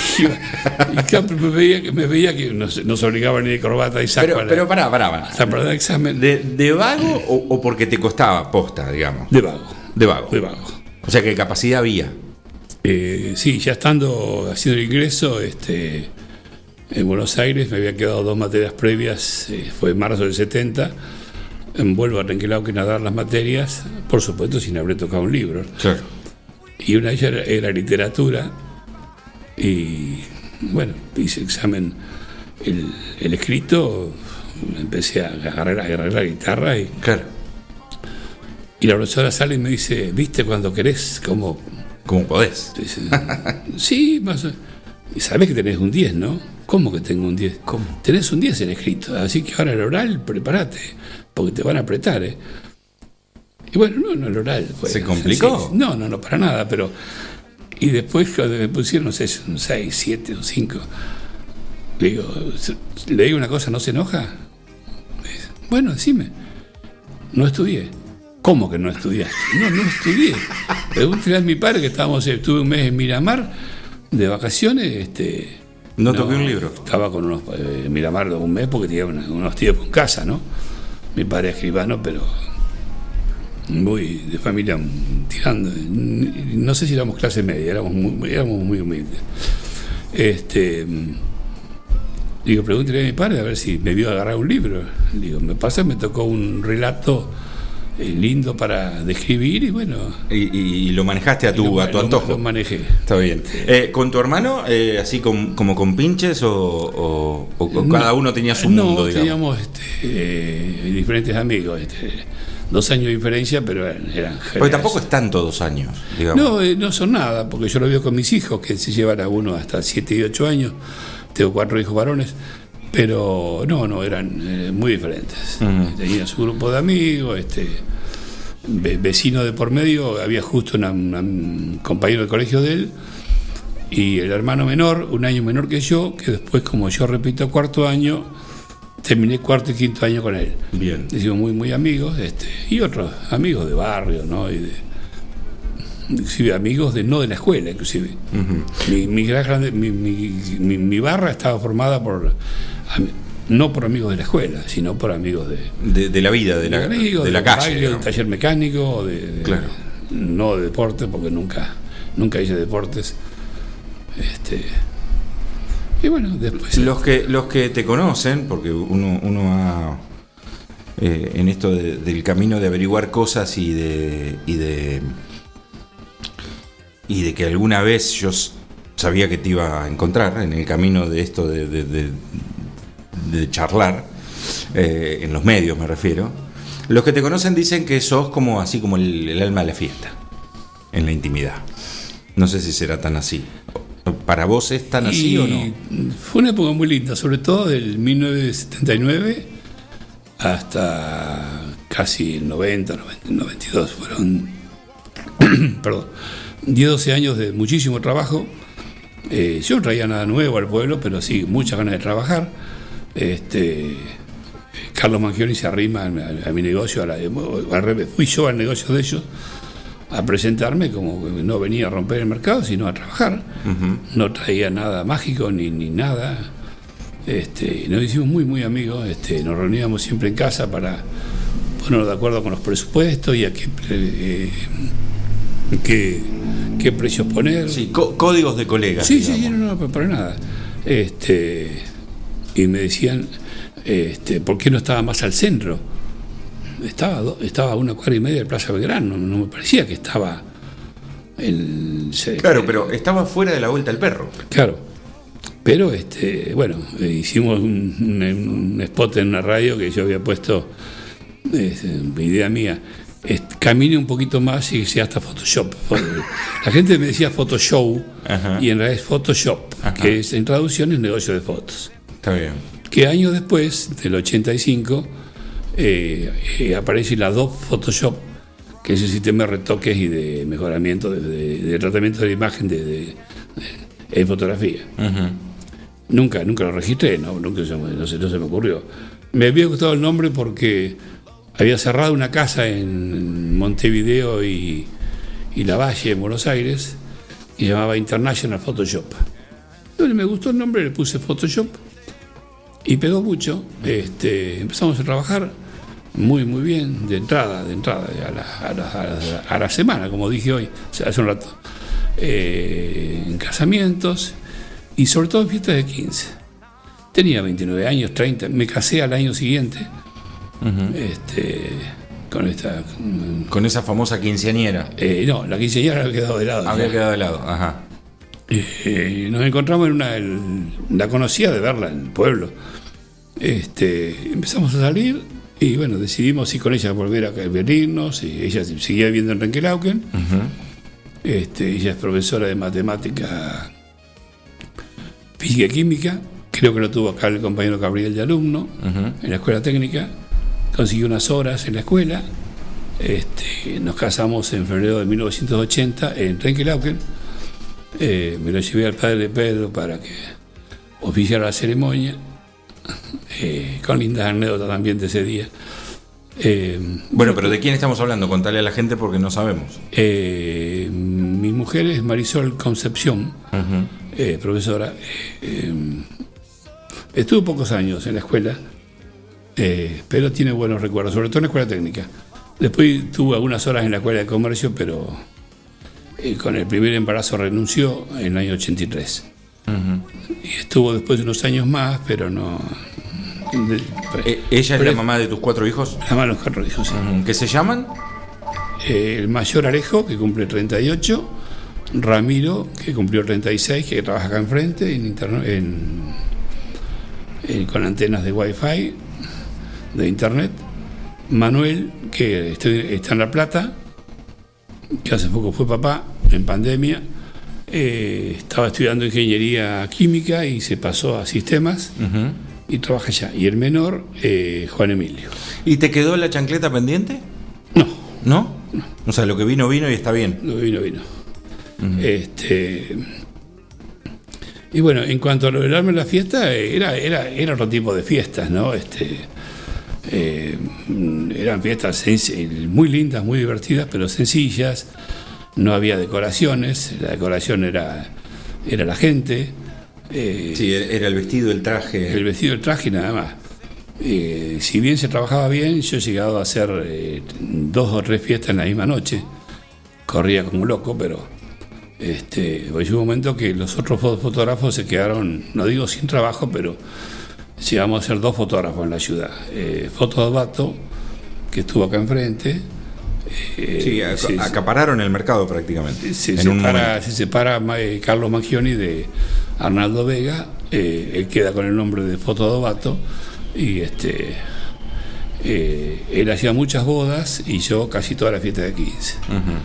Y me veía que nos obligaban a ir de corbata y saco. Pero pará. Hasta para dar examen. ¿De vago o porque te costaba posta, digamos? De vago. O sea que capacidad había. Sí, ya estando haciendo el ingreso en Buenos Aires, me había quedado 2 materias previas. Fue en marzo del 70. Vuelvo a Renquelauquen a dar las materias, por supuesto sin haber tocado un libro. Claro. Y una de ellas era literatura, y bueno, hice examen, el escrito, empecé a agarrar la guitarra y la profesora sale y me dice, ¿viste cuando querés? ¿Cómo podés? Dice, sí, más o menos. Y sabés que tenés un 10, ¿no? ¿Cómo que tengo un 10? ¿Cómo? Tenés un 10 en escrito, así que ahora el oral, prepárate, porque te van a apretar, Y bueno, no el oral. Pues, ¿se complicó? Sí, no, para nada, pero... Y después cuando me pusieron, no sé, un 6, 7 o 5, le digo una cosa, ¿no se enoja? Me dice, bueno, decime. No estudié. ¿Cómo que no estudiaste? No estudié. Pregúntale a mi padre que estuve un mes en Miramar de vacaciones, No toqué un libro. Estaba con unos Miramar de un mes porque tenía unos tíos en casa, ¿no? Mi padre escribano, pero muy de familia tirando. No sé si éramos clase media, éramos muy humildes. Digo, pregúntale a mi padre a ver si me vio agarrar un libro. Digo, me tocó un relato lindo para describir, y bueno. Y lo manejaste a tu antojo. Lo manejé. Está bien. ¿Con tu hermano, así como con pinches, o cada uno tenía su mundo, digamos? Teníamos diferentes amigos, 2 años de diferencia, pero eran porque tampoco es tanto 2 años, digamos. No son nada, porque yo lo veo con mis hijos, que se llevan a uno hasta 7 y 8 años. Tengo 4 hijos varones, pero no, eran muy diferentes. Tenía su grupo de amigos, vecino de por medio, había justo un compañero del colegio de él, y el hermano menor, 1 año menor que yo, que después, como yo repito, 4º año, terminé 4º y 5º año con él. Bien. Decimos muy amigos, y otros amigos de barrio, ¿no? Inclusive amigos no de la escuela, inclusive. Mi barra estaba formada no por amigos de la escuela, sino por amigos de la vida, de la calle, baile, del taller mecánico, claro. No de deporte, porque nunca hice deportes. Y bueno, después los que te conocen, porque uno ha en esto del camino de averiguar cosas y de y de que alguna vez yo sabía que te iba a encontrar en el camino de esto de charlar, en los medios me refiero. Los que te conocen dicen que sos como así como el alma de la fiesta, en la intimidad. No sé si será tan así. ¿Para vos es tan así o no? Fue una época muy linda, sobre todo del 1979 hasta casi el 90, 92. Fueron 10, 12 años de muchísimo trabajo. Yo no traía nada nuevo al pueblo, pero sí, muchas ganas de trabajar. Carlos Mangioni se arrima a mi negocio, al revés, fui yo al negocio de ellos a presentarme, como que no venía a romper el mercado, sino a trabajar. No traía nada mágico ni nada. Nos hicimos muy amigos. Nos reuníamos siempre en casa para ponernos de acuerdo con los presupuestos y a qué precios poner. Sí, códigos de colegas. Sí, no, para nada. Y me decían, ¿por qué no estaba más al centro? Estaba a 1 cuadra y media de Plaza Belgrano, no me parecía que estaba claro, pero estaba fuera de la Vuelta al Perro. Claro, pero hicimos un spot en una radio que yo había puesto, idea mía, camine un poquito más y sea hasta Photoshop. La gente me decía Photoshop. Ajá. Y en realidad es Photoshop. Ajá. Que es, en traducción, es negocio de fotos. Está bien. Que años después, del 85, aparece la Adobe Photoshop, que es el sistema de retoques y de mejoramiento, de tratamiento de imagen de fotografía. Uh-huh. Nunca lo registré, no se me ocurrió. Me había gustado el nombre porque había cerrado una casa en Montevideo y La Valle, en Buenos Aires, y llamaba International Photoshop. Entonces me gustó el nombre, le puse Photoshop y pegó mucho. Empezamos a trabajar muy bien, de entrada, a la semana, como dije hoy, o sea, hace un rato, en casamientos y sobre todo en fiestas de 15. Tenía 29 años, 30, me casé al año siguiente. Uh-huh. Con esa famosa quinceañera. No, la quinceañera había quedado de lado. Había quedado de lado, ajá. Nos encontramos la conocía de verla en el pueblo. Empezamos a salir y bueno, decidimos ir con ella a volver a venirnos, y ella seguía viviendo en Renquelauquen. Uh-huh. Ella es profesora de matemática, física y química. Creo que lo tuvo acá el compañero Gabriel de alumno. Uh-huh. En la escuela técnica. Consiguió unas horas en la escuela. Nos casamos en febrero de 1980 en Renquelauquen. Me lo llevé al padre Pedro para que oficiara la ceremonia, con lindas anécdotas también de ese día. Bueno, pero ¿de quién estamos hablando? Contale a la gente porque no sabemos. Mi mujer es Marisol Concepción, uh-huh. Profesora. Estuvo pocos años en la escuela, pero tiene buenos recuerdos, sobre todo en la escuela técnica. Después tuvo algunas horas en la escuela de comercio, pero con el primer embarazo renunció en el año 83. Uh-huh. Y estuvo después de unos años más, pero no... ¿Ella es la mamá de tus 4 hijos? La mamá de los 4 hijos, sí. Uh-huh. ¿Qué se llaman? El mayor Alejo, que cumple 38, Ramiro, que cumplió 36, que trabaja acá enfrente con antenas de Wi-Fi, de internet. Manuel, que está en La Plata, que hace poco fue papá, en pandemia. Estaba estudiando ingeniería química y se pasó a sistemas. Uh-huh. Y trabaja allá. Y el menor, Juan Emilio. ¿Y te quedó la chancleta pendiente? No. ¿No? No. O sea, lo que vino y está bien. Lo que vino. Uh-huh. Y bueno, en cuanto a lo del alma de la fiesta, era otro tipo de fiestas, ¿no? Eran fiestas muy lindas, muy divertidas, pero sencillas. No había decoraciones. La decoración era la gente. Sí, era el vestido, el traje. El vestido, el traje y nada más. Si bien se trabajaba bien, yo he llegado a hacer 2 o 3 fiestas en la misma noche. Corría como loco, pero llegó un momento que los otros fotógrafos se quedaron, no digo sin trabajo, pero llegamos a ser 2 fotógrafos en la ciudad. Foto Bato, que estuvo acá enfrente, Acapararon el mercado prácticamente. Se separa Carlos Mangioni de Arnaldo Vega. Él queda con el nombre de Foto Dovato. Y él hacía muchas bodas y yo casi toda la fiesta de 15.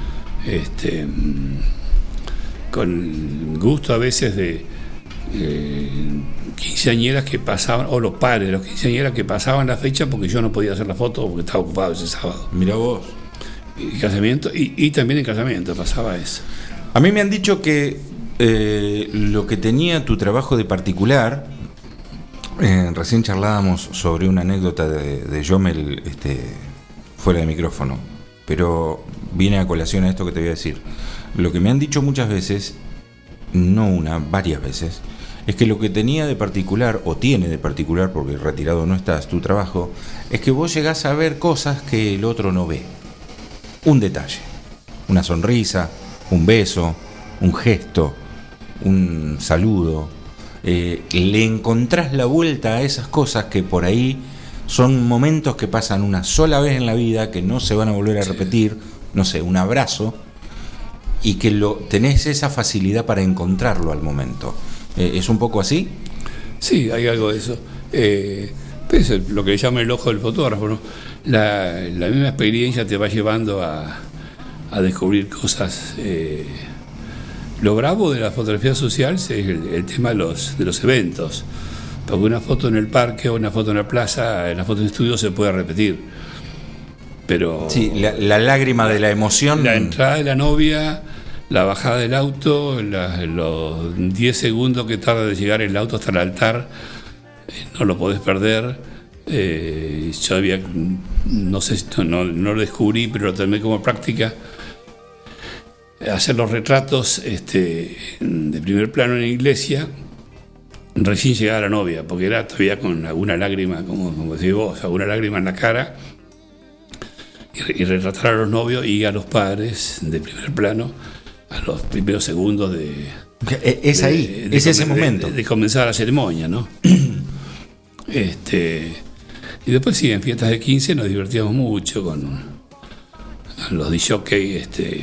Con gusto a veces de quinceañeras que pasaban, o los padres de los quinceañeras que pasaban la fecha porque yo no podía hacer la foto porque estaba ocupado ese sábado. Mirá vos. Y casamiento, y también en casamiento pasaba eso. A mí me han dicho que lo que tenía tu trabajo de particular, recién charlábamos sobre una anécdota de Jomel fuera de micrófono, pero viene a colación a esto que te voy a decir. Lo que me han dicho muchas veces, no una, varias veces, es que lo que tenía de particular, o tiene de particular, porque retirado no estás, tu trabajo, es que vos llegás a ver cosas que el otro no ve. Un detalle, una sonrisa, un beso, un gesto, un saludo. Le encontrás la vuelta a esas cosas que por ahí son momentos que pasan una sola vez en la vida, que no se van a volver a repetir, no sé, un abrazo, y que tenés esa facilidad para encontrarlo al momento. ¿Es un poco así? Sí, hay algo de eso. Es lo que llama el ojo del fotógrafo, ¿no? La misma experiencia te va llevando a descubrir cosas. Lo bravo de la fotografía social es el tema de los eventos, porque una foto en el parque o una foto en la plaza, en la foto en estudio se puede repetir, pero sí, la lágrima de la emoción, la entrada de la novia, la bajada del auto, los 10 segundos que tarda de llegar el auto hasta el altar, no lo podés perder. Yo había, no sé, no lo descubrí, pero lo tomé como práctica, hacer los retratos de primer plano en la iglesia recién llegada la novia, porque era todavía con alguna lágrima, como decís vos, alguna lágrima en la cara, y retratar a los novios y a los padres de primer plano a los primeros segundos es ese momento de comenzar la ceremonia, ¿no? Y después sí, en fiestas de 15 nos divertíamos mucho con los disjockeys,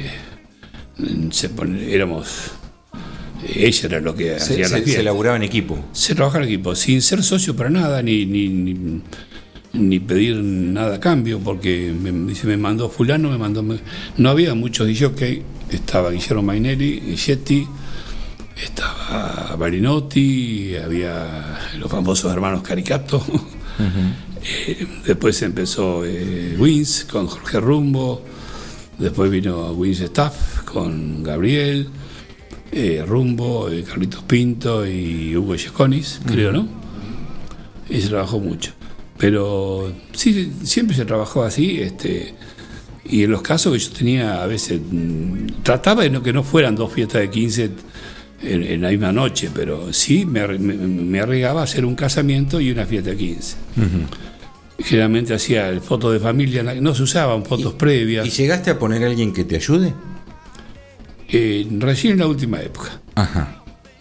ella era lo que hacía la fiesta. Se laburaba en equipo. Se trabajaba en equipo, sin ser socio para nada, ni pedir nada a cambio, porque me mandó fulano, no había muchos disjockeys. Estaba Guillermo Mainelli, Yeti, estaba Barinotti, había los famosos hermanos Caricato. Después empezó Wins con Jorge Rumbo, después vino Wins Staff con Gabriel, Rumbo, Carlitos Pinto y Hugo Giaconis, creo, ¿no? Y se trabajó mucho. Pero sí, siempre se trabajó así, y en los casos que yo tenía, a veces trataba de que no fueran dos fiestas de 15 en la misma noche, pero sí me arriesgaba a hacer un casamiento y una fiesta de 15. Generalmente hacía el foto de familia, no se usaban fotos previas. ¿Y llegaste a poner a alguien que te ayude? Recién en la última época. Ajá.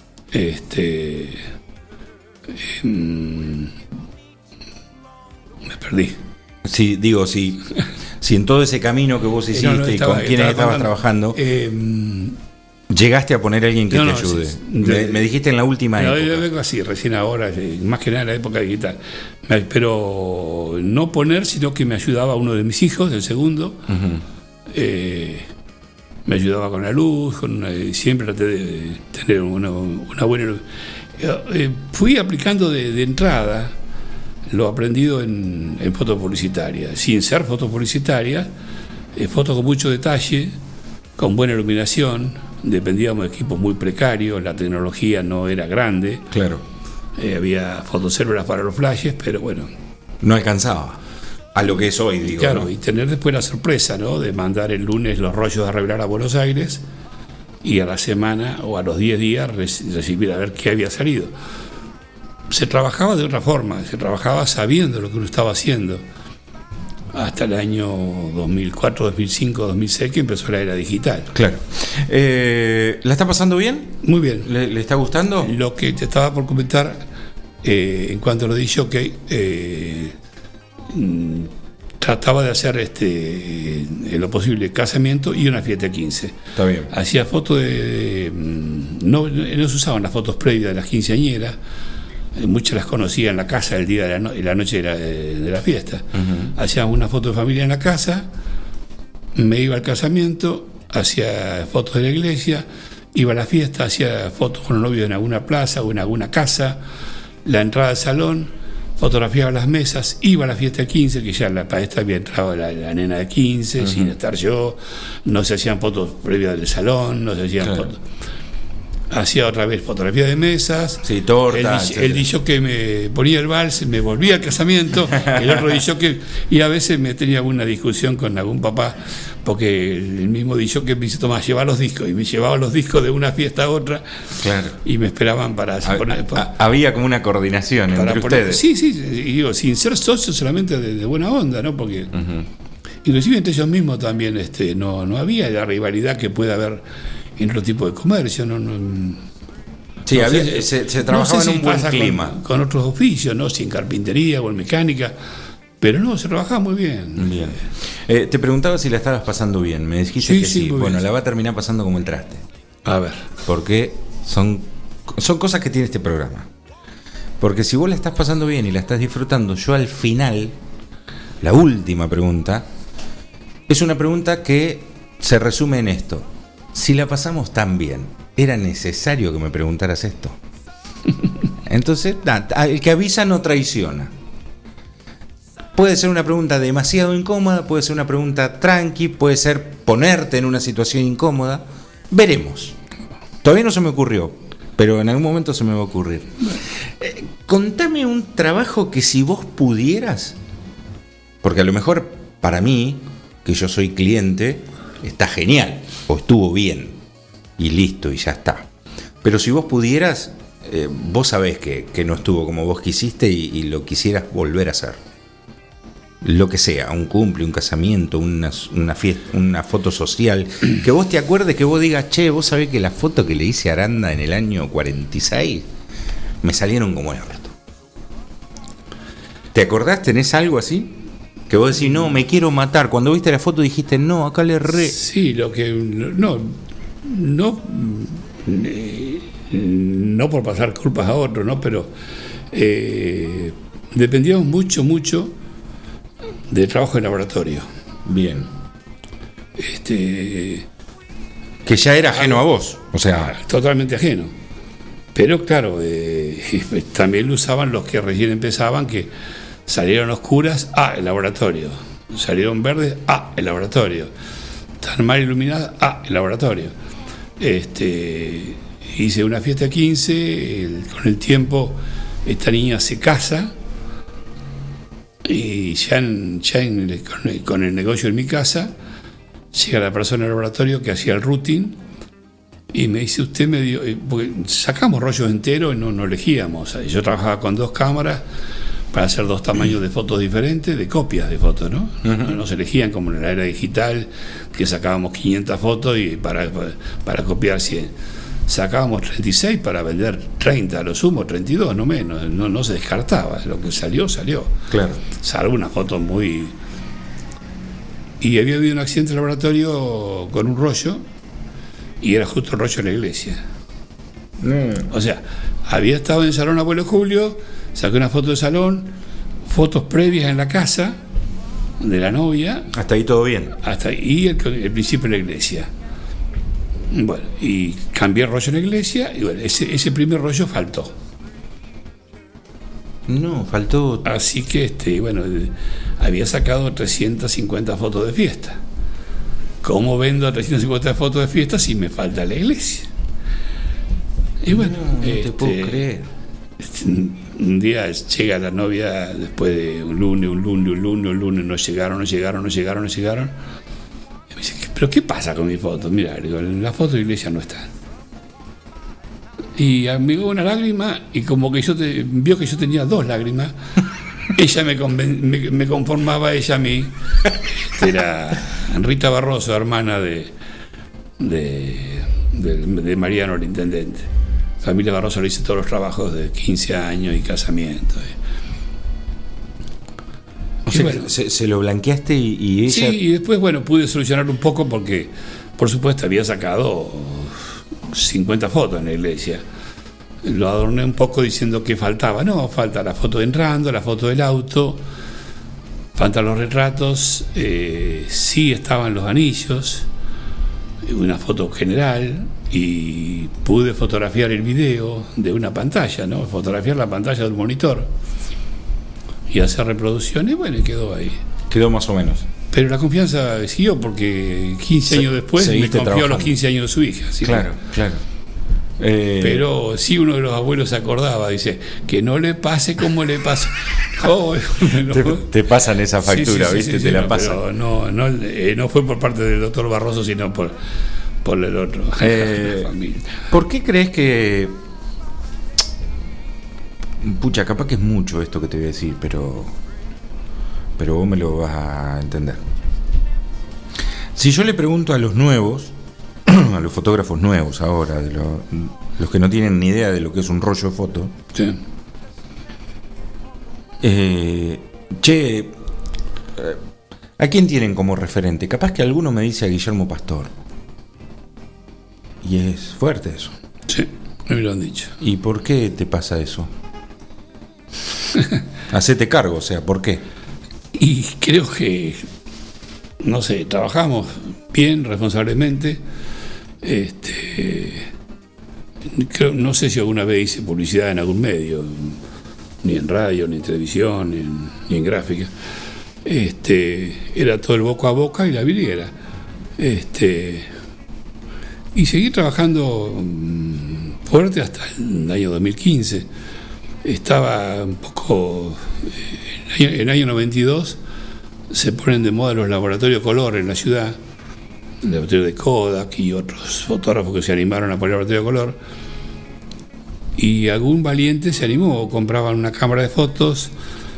Me perdí. Sí, digo, si en todo ese camino que vos hiciste y con quienes estabas trabajando, llegaste a poner a alguien que te ayude. Me dijiste en la última época. Yo vengo así, recién ahora, más que nada en la época digital. Pero no poner, sino que me ayudaba uno de mis hijos, el segundo. Me ayudaba con la luz, siempre traté de tener una buena... fui aplicando de entrada lo aprendido en foto publicitaria, sin ser foto publicitaria, fotos con mucho detalle, con buena iluminación. Dependíamos de equipos muy precarios, la tecnología no era grande. Claro. Había fotocélulas para los flashes, pero bueno. No alcanzaba a lo que es hoy, digo. Claro, ¿no? Y tener después la sorpresa, ¿no? De mandar el lunes los rollos de arreglar a Buenos Aires y a la semana o a los 10 días recibir a ver qué había salido. Se trabajaba de otra forma, se trabajaba sabiendo lo que uno estaba haciendo. Hasta el año 2004, 2005, 2006 que empezó la era digital. Claro. ¿La está pasando bien? Muy bien. ¿Le está gustando? Lo que te estaba por comentar en cuanto a lo de jockey, trataba de hacer en lo posible casamiento y una fiesta de 15. Está bien. Hacía fotos no se usaban las fotos previas de las quinceañeras. Muchas las conocía en la casa el día de la noche de la fiesta. Hacíamos una foto de familia en la casa, me iba al casamiento, hacía fotos de la iglesia, iba a la fiesta, hacía fotos con los novios en alguna plaza o en alguna casa, la entrada al salón, fotografiaba las mesas, iba a la fiesta de 15, que ya para esta había entrado la nena de 15, sin estar yo, no se hacían fotos previas del salón, no se hacían fotos. Hacía otra vez fotografía de mesas, torta, el DJ me ponía el vals, me volvía al casamiento, el otro DJ, y a veces me tenía alguna discusión con algún papá, porque el mismo DJ me dice: Tomás, lleva los discos, y me llevaba los discos de una fiesta a otra, y me esperaban para poner. Había como una coordinación entre ustedes. Sí, digo, sin ser socios, solamente de buena onda, ¿no? Porque inclusive entre ellos mismos también no había la rivalidad que puede haber en otro tipo de comercio. Sí, se trabajaba en un buen clima. Con otros oficios, ¿no? Si en carpintería o en mecánica, pero no, se trabajaba muy bien. Bien. Te preguntaba si la estabas pasando bien. Me dijiste que sí. Bueno, la va a terminar pasando como el traste. A ver. Porque son cosas que tiene este programa. Porque si vos la estás pasando bien y la estás disfrutando, yo al final, la última pregunta, es una pregunta que se resume en esto. Si la pasamos tan bien, ¿era necesario que me preguntaras esto? Entonces, el que avisa no traiciona. Puede ser una pregunta demasiado incómoda, puede ser una pregunta tranqui, puede ser ponerte en una situación incómoda. Veremos. Todavía no se me ocurrió, pero en algún momento se me va a ocurrir. Contame un trabajo que si vos pudieras, porque a lo mejor para mí, que yo soy cliente, está genial, o estuvo bien, y listo, y ya está. Pero si vos pudieras, vos sabés que no estuvo como vos quisiste y lo quisieras volver a hacer. Lo que sea, un cumple, un casamiento, una fiesta, una foto social, que vos te acuerdes, que vos digas: che, vos sabés que la foto que le hice a Aranda en el año 46 me salieron como el orto. ¿Te acordás? ¿Tenés algo así? Que vos decís: no, me quiero matar. Cuando viste la foto dijiste: no, acá le erré. Sí, lo que no por pasar culpas a otros, ¿no? Pero dependíamos mucho del trabajo de laboratorio. Bien. Que ya era ajeno a vos, o sea, totalmente ajeno. Pero claro, también lo usaban los que recién empezaban, que salieron oscuras, el laboratorio. Salieron verdes, el laboratorio. Tan mal iluminadas, el laboratorio. Hice una fiesta 15, con el tiempo esta niña se casa, y con el negocio en mi casa, llega la persona del laboratorio que hacía el routing y me dice: usted me dio, porque sacamos rollos enteros y no elegíamos. Yo trabajaba con 2 cámaras para hacer 2 tamaños de fotos diferentes, de copias de fotos, ¿no? No se elegían como en la era digital, que sacábamos 500 fotos y para copiar 100. Sacábamos 36 para vender 30, a lo sumo 32, no menos. No se descartaba. Lo que salió. Claro. Salvo una foto muy... Y había habido un accidente en el laboratorio con un rollo, y era justo el rollo de la iglesia. O sea, había estado en el salón Abuelo Julio, saqué una foto de salón, fotos previas en la casa de la novia. Hasta ahí todo bien. Hasta ahí el principio de la iglesia. Bueno, y cambié el rollo en la iglesia, y bueno, ese primer rollo faltó. No, faltó. Así que, bueno, había sacado 350 fotos de fiesta. ¿Cómo vendo 350 fotos de fiesta si me falta la iglesia? Y bueno, no te puedo creer. Un día llega la novia después de un lunes, no llegaron. Y me dice: ¿pero qué pasa con mi foto? Mira, la foto de la iglesia no está. Y me dio una lágrima, y como que vio que yo tenía 2 lágrimas. Ella me conformaba ella a mí. Era Rita Barroso, hermana de Mariano, el intendente. Familia Barroso le hice todos los trabajos de 15 años y casamiento. sea, bueno, que se lo blanqueaste y ella... Sí, y después, bueno, pude solucionarlo un poco porque, por supuesto, había sacado 50 fotos en la iglesia. Lo adorné un poco diciendo que faltaba. No, falta la foto de entrando, la foto del auto, faltan los retratos, sí estaban los anillos, una foto general, y pude fotografiar el video de una pantalla, ¿no? Fotografiar la pantalla del monitor y hacer reproducciones, bueno, y quedó ahí. Quedó más o menos. Pero la confianza siguió porque 15 años después me confió a los 15 años de su hija. ¿Sí? Claro, claro. Pero sí, uno de los abuelos se acordaba, dice, que no le pase como le pasó. Oh, te pasan esa factura, sí, ¿viste? Sí, te la no, pasan. Pero no fue por parte del doctor Barroso, sino por el otro. ¿Por qué crees que... Pucha, capaz que es mucho esto que te voy a decir, pero vos me lo vas a entender. Si yo le pregunto a los nuevos, a los fotógrafos nuevos ahora, de los que no tienen ni idea de lo que es un rollo de foto, sí. ¿A quién tienen como referente? Capaz que alguno me dice a Guillermo Pastor. Y es fuerte eso. Sí, me lo han dicho. ¿Y por qué te pasa eso? Hacete cargo, o sea, ¿por qué? Y creo que, no sé, trabajamos bien, responsablemente. No sé si alguna vez hice publicidad en algún medio, ni en radio, ni en televisión, ni en gráfica. Era todo el boca a boca y la vidriera. Y seguí trabajando fuerte hasta el año 2015. Estaba un poco... En el año 92 se ponen de moda los laboratorios color en la ciudad, el laboratorio de Kodak y otros fotógrafos que se animaron a poner el laboratorio de color, y algún valiente se animó, compraban una cámara de fotos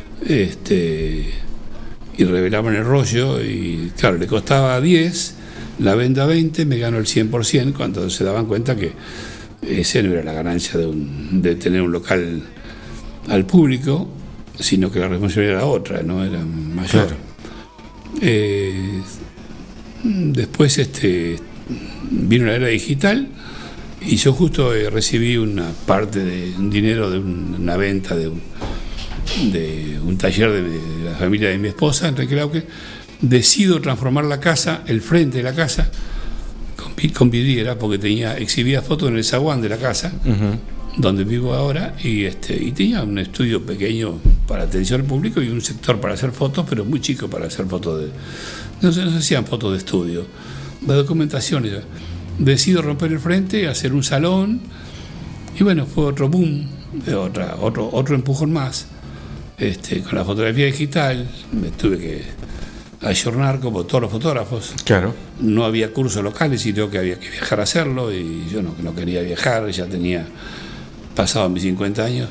y revelaban el rollo, y claro, le costaba 10, la vendo a 20, me gano el 100%, cuando se daban cuenta que ese no era la ganancia de tener un local al público, sino que la responsabilidad era otra, no era mayor. Claro. Después vino la era digital y yo justo recibí una parte de un dinero de una venta de un taller de la familia de mi esposa, Enrique Lauque. Decido transformar la casa, el frente de la casa, con vidriera, porque exhibía fotos en el zaguán de la casa, donde vivo ahora, y tenía un estudio pequeño para atención al público y un sector para hacer fotos, pero muy chico para hacer fotos no se hacían fotos de estudio, de documentación. Decido romper el frente, hacer un salón, y bueno, fue otro boom, otro empujón más. Con la fotografía digital me tuve que ayornar como todos los fotógrafos. Claro. No había cursos locales, sino que había que viajar a hacerlo, y yo no quería viajar, ya tenía pasado mis 50 años.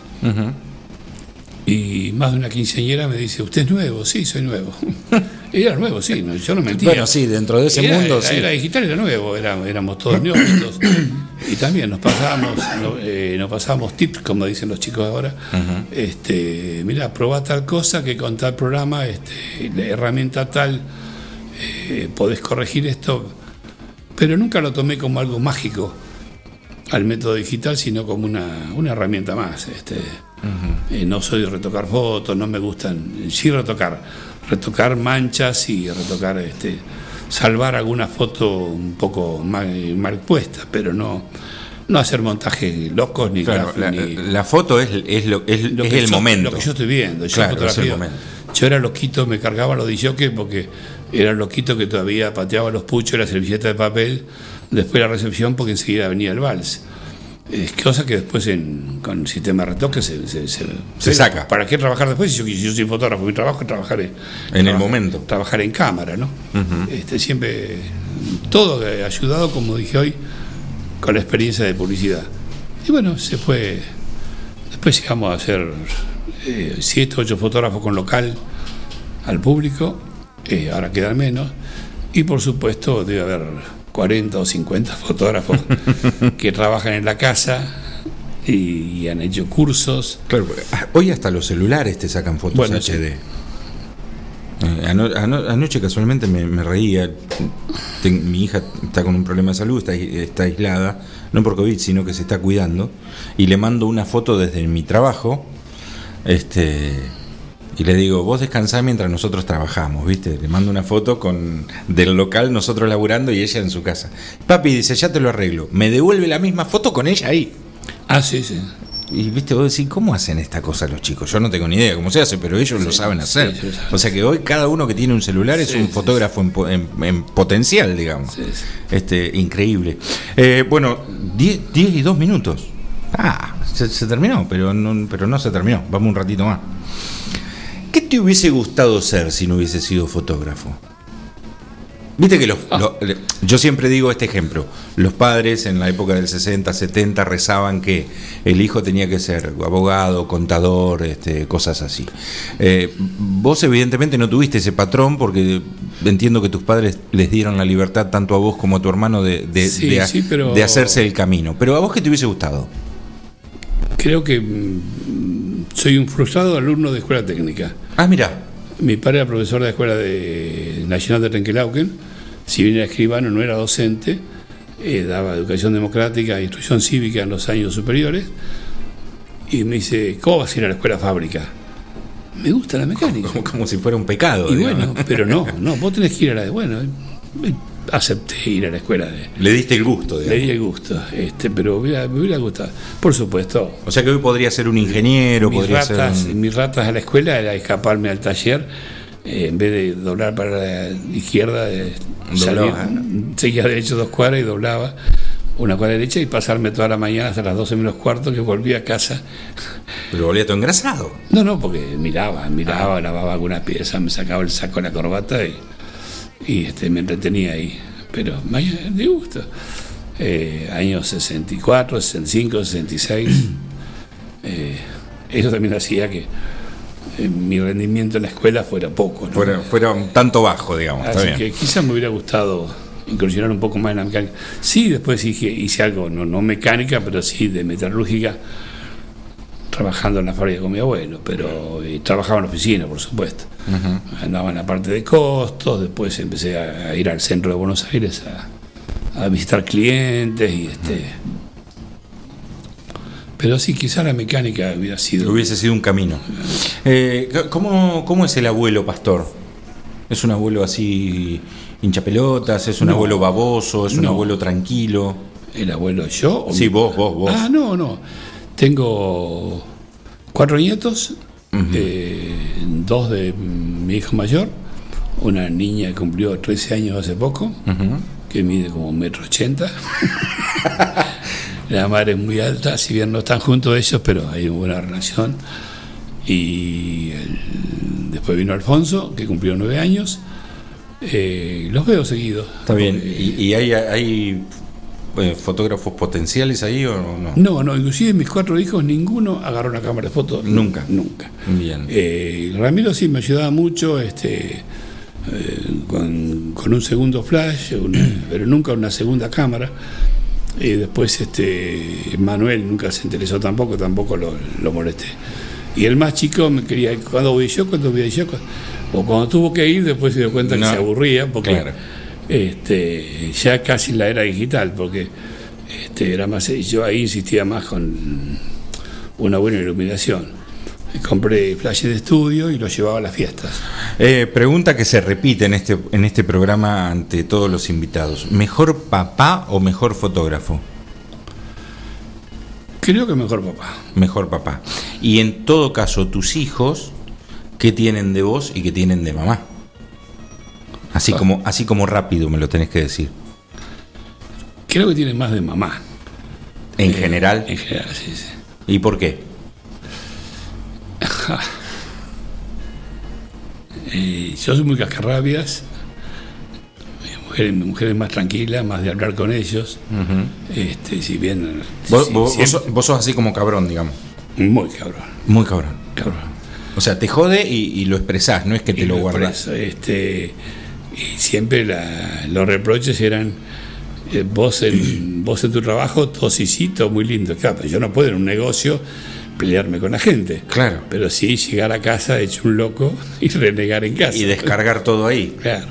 Y más de una quinceañera me dice, ¿usted es nuevo? Sí, soy nuevo. Y era nuevo, sí, yo no mentía. Bueno, sí, dentro de ese mundo, sí. Era digital, era nuevo, éramos todos neófitos. Y también nos pasábamos tips, como dicen los chicos ahora. Mira, probá tal cosa, que con tal programa, la herramienta tal, podés corregir esto. Pero nunca lo tomé como algo mágico al método digital, sino como una herramienta más. No soy de retocar fotos, no me gustan, sí retocar manchas y retocar, salvar alguna foto un poco mal puesta, pero no hacer montajes locos ni claro, la foto es el momento. Lo que yo estoy viendo. Claro, es el momento. Yo era loquito, me cargaba los disjockeys porque era loquito que todavía pateaba los puchos y la servilleta de papel después de la recepción, porque enseguida venía el vals. Es cosa que después con el sistema de retoque se saca. ¿Para qué trabajar después? Si yo soy fotógrafo, mi trabajo es trabajar en el momento. Trabajar en cámara, ¿no? Siempre todo ayudado, como dije hoy, con la experiencia de publicidad. Y bueno, se fue. Después llegamos a hacer 7 o 8 fotógrafos con local al público, ahora quedan menos, y por supuesto debe haber 40 o 50 fotógrafos que trabajan en la casa y han hecho cursos. Claro, hoy hasta los celulares te sacan fotos HD. Anoche casualmente me reía. Mi hija está con un problema de salud, está aislada, no por COVID, sino que se está cuidando. Y le mando una foto desde mi trabajo. Y le digo, vos descansá mientras nosotros trabajamos, ¿viste? Le mando una foto del local, nosotros laburando y ella en su casa. Papi dice, ya te lo arreglo. Me devuelve la misma foto con ella ahí. Ah, sí, sí. Y viste, vos decís, ¿cómo hacen esta cosa los chicos? Yo no tengo ni idea cómo se hace, pero ellos lo saben hacer. Sí, o sea que hoy cada uno que tiene un celular es un fotógrafo en potencial, digamos. Sí, sí. Increíble. Bueno, 10 y 2 minutos. Se terminó, pero no se terminó. Vamos un ratito más. ¿Qué te hubiese gustado ser si no hubiese sido fotógrafo? Viste que yo siempre digo este ejemplo. Los padres en la época del 60, 70 rezaban que el hijo tenía que ser abogado, contador, cosas así. Vos evidentemente no tuviste ese patrón porque entiendo que tus padres les dieron la libertad tanto a vos como a tu hermano de hacerse el camino. Pero ¿a vos qué te hubiese gustado? Creo que soy un frustrado alumno de escuela técnica. Ah, mira. Mi padre era profesor de la Escuela Nacional de Trenquelauquen, si bien era escribano, no era docente, daba educación democrática e instrucción cívica en los años superiores, y me dice, ¿cómo vas a ir a la escuela fábrica? Me gusta la mecánica. Como si fuera un pecado. Y digamos. Bueno, pero no, vos tenés que ir a la de, bueno, acepté ir a la escuela Le diste el gusto, digamos. Le di el gusto, pero me hubiera gustado, por supuesto. O sea que hoy podría ser un ingeniero, mis ratas a la escuela era escaparme al taller, en vez de doblar para la izquierda, seguía derecho 2 cuadras y doblaba una cuadra derecha y pasarme toda la mañana hasta las 12 menos cuarto que volví a casa. ¿Pero volvía todo engrasado? No, porque miraba, lavaba algunas piezas, me sacaba el saco, la corbata y me entretenía ahí, pero de gusto. Años 64, 65, 66, eso también hacía que mi rendimiento en la escuela fuera poco, ¿no? Fuera un tanto bajo, digamos. Así que quizás me hubiera gustado incursionar un poco más en la mecánica. Sí, después hice algo, no mecánica, pero sí de metalúrgica, trabajando en la fábrica con mi abuelo, pero trabajaba en la oficina, por supuesto. Uh-huh. Andaba en la parte de costos, después empecé a ir al centro de Buenos Aires a visitar clientes y pero sí, quizá la mecánica hubiese sido un camino. ¿Cómo es el abuelo Pastor? ¿Es un abuelo así hinchapelotas? ¿Es un abuelo baboso? ¿Es un abuelo tranquilo? ¿El abuelo yo? Sí, vos. Ah, no. Tengo 4 nietos, uh-huh. 2 de mi hijo mayor, una niña que cumplió 13 años hace poco, uh-huh. que mide como 1,80 m. La madre es muy alta, si bien no están juntos ellos, pero hay una buena relación. Y después vino Alfonso, que cumplió 9 años. Los veo seguido. Está bien. ¿Y hay fotógrafos potenciales ahí o no? No, inclusive mis 4 hijos, ninguno agarró una cámara de fotos. Nunca. Bien. Ramiro sí me ayudaba mucho, con un segundo flash, pero nunca una segunda cámara. Después Manuel nunca se interesó tampoco lo molesté. Y el más chico me quería, ¿cuándo voy yo? O cuando tuvo que ir, después se dio cuenta que se aburría, porque claro. Ya casi la era digital, porque era más, yo ahí insistía más con una buena iluminación. Compré flashes de estudio y los llevaba a las fiestas. Pregunta que se repite en este programa ante todos los invitados: ¿mejor papá o mejor fotógrafo? Creo que mejor papá. Mejor papá. Y en todo caso, tus hijos, ¿qué tienen de vos y qué tienen de mamá? Así como rápido me lo tenés que decir. Creo que tienen más de mamá. ¿En general? En general, sí. ¿Y por qué? Yo soy muy cascarrabias. Mujeres más tranquilas, más de hablar con ellos. Uh-huh. Si bien vos sos así como cabrón, digamos. Muy cabrón. Muy cabrón. O sea, te jode y lo expresás, no es que te lo guardás. Y siempre los reproches eran vos en tu trabajo, todo muy lindo. Claro, yo no puedo en un negocio pelearme con la gente. Claro. Pero sí llegar a casa hecho un loco y renegar en casa. Y descargar todo ahí. Claro.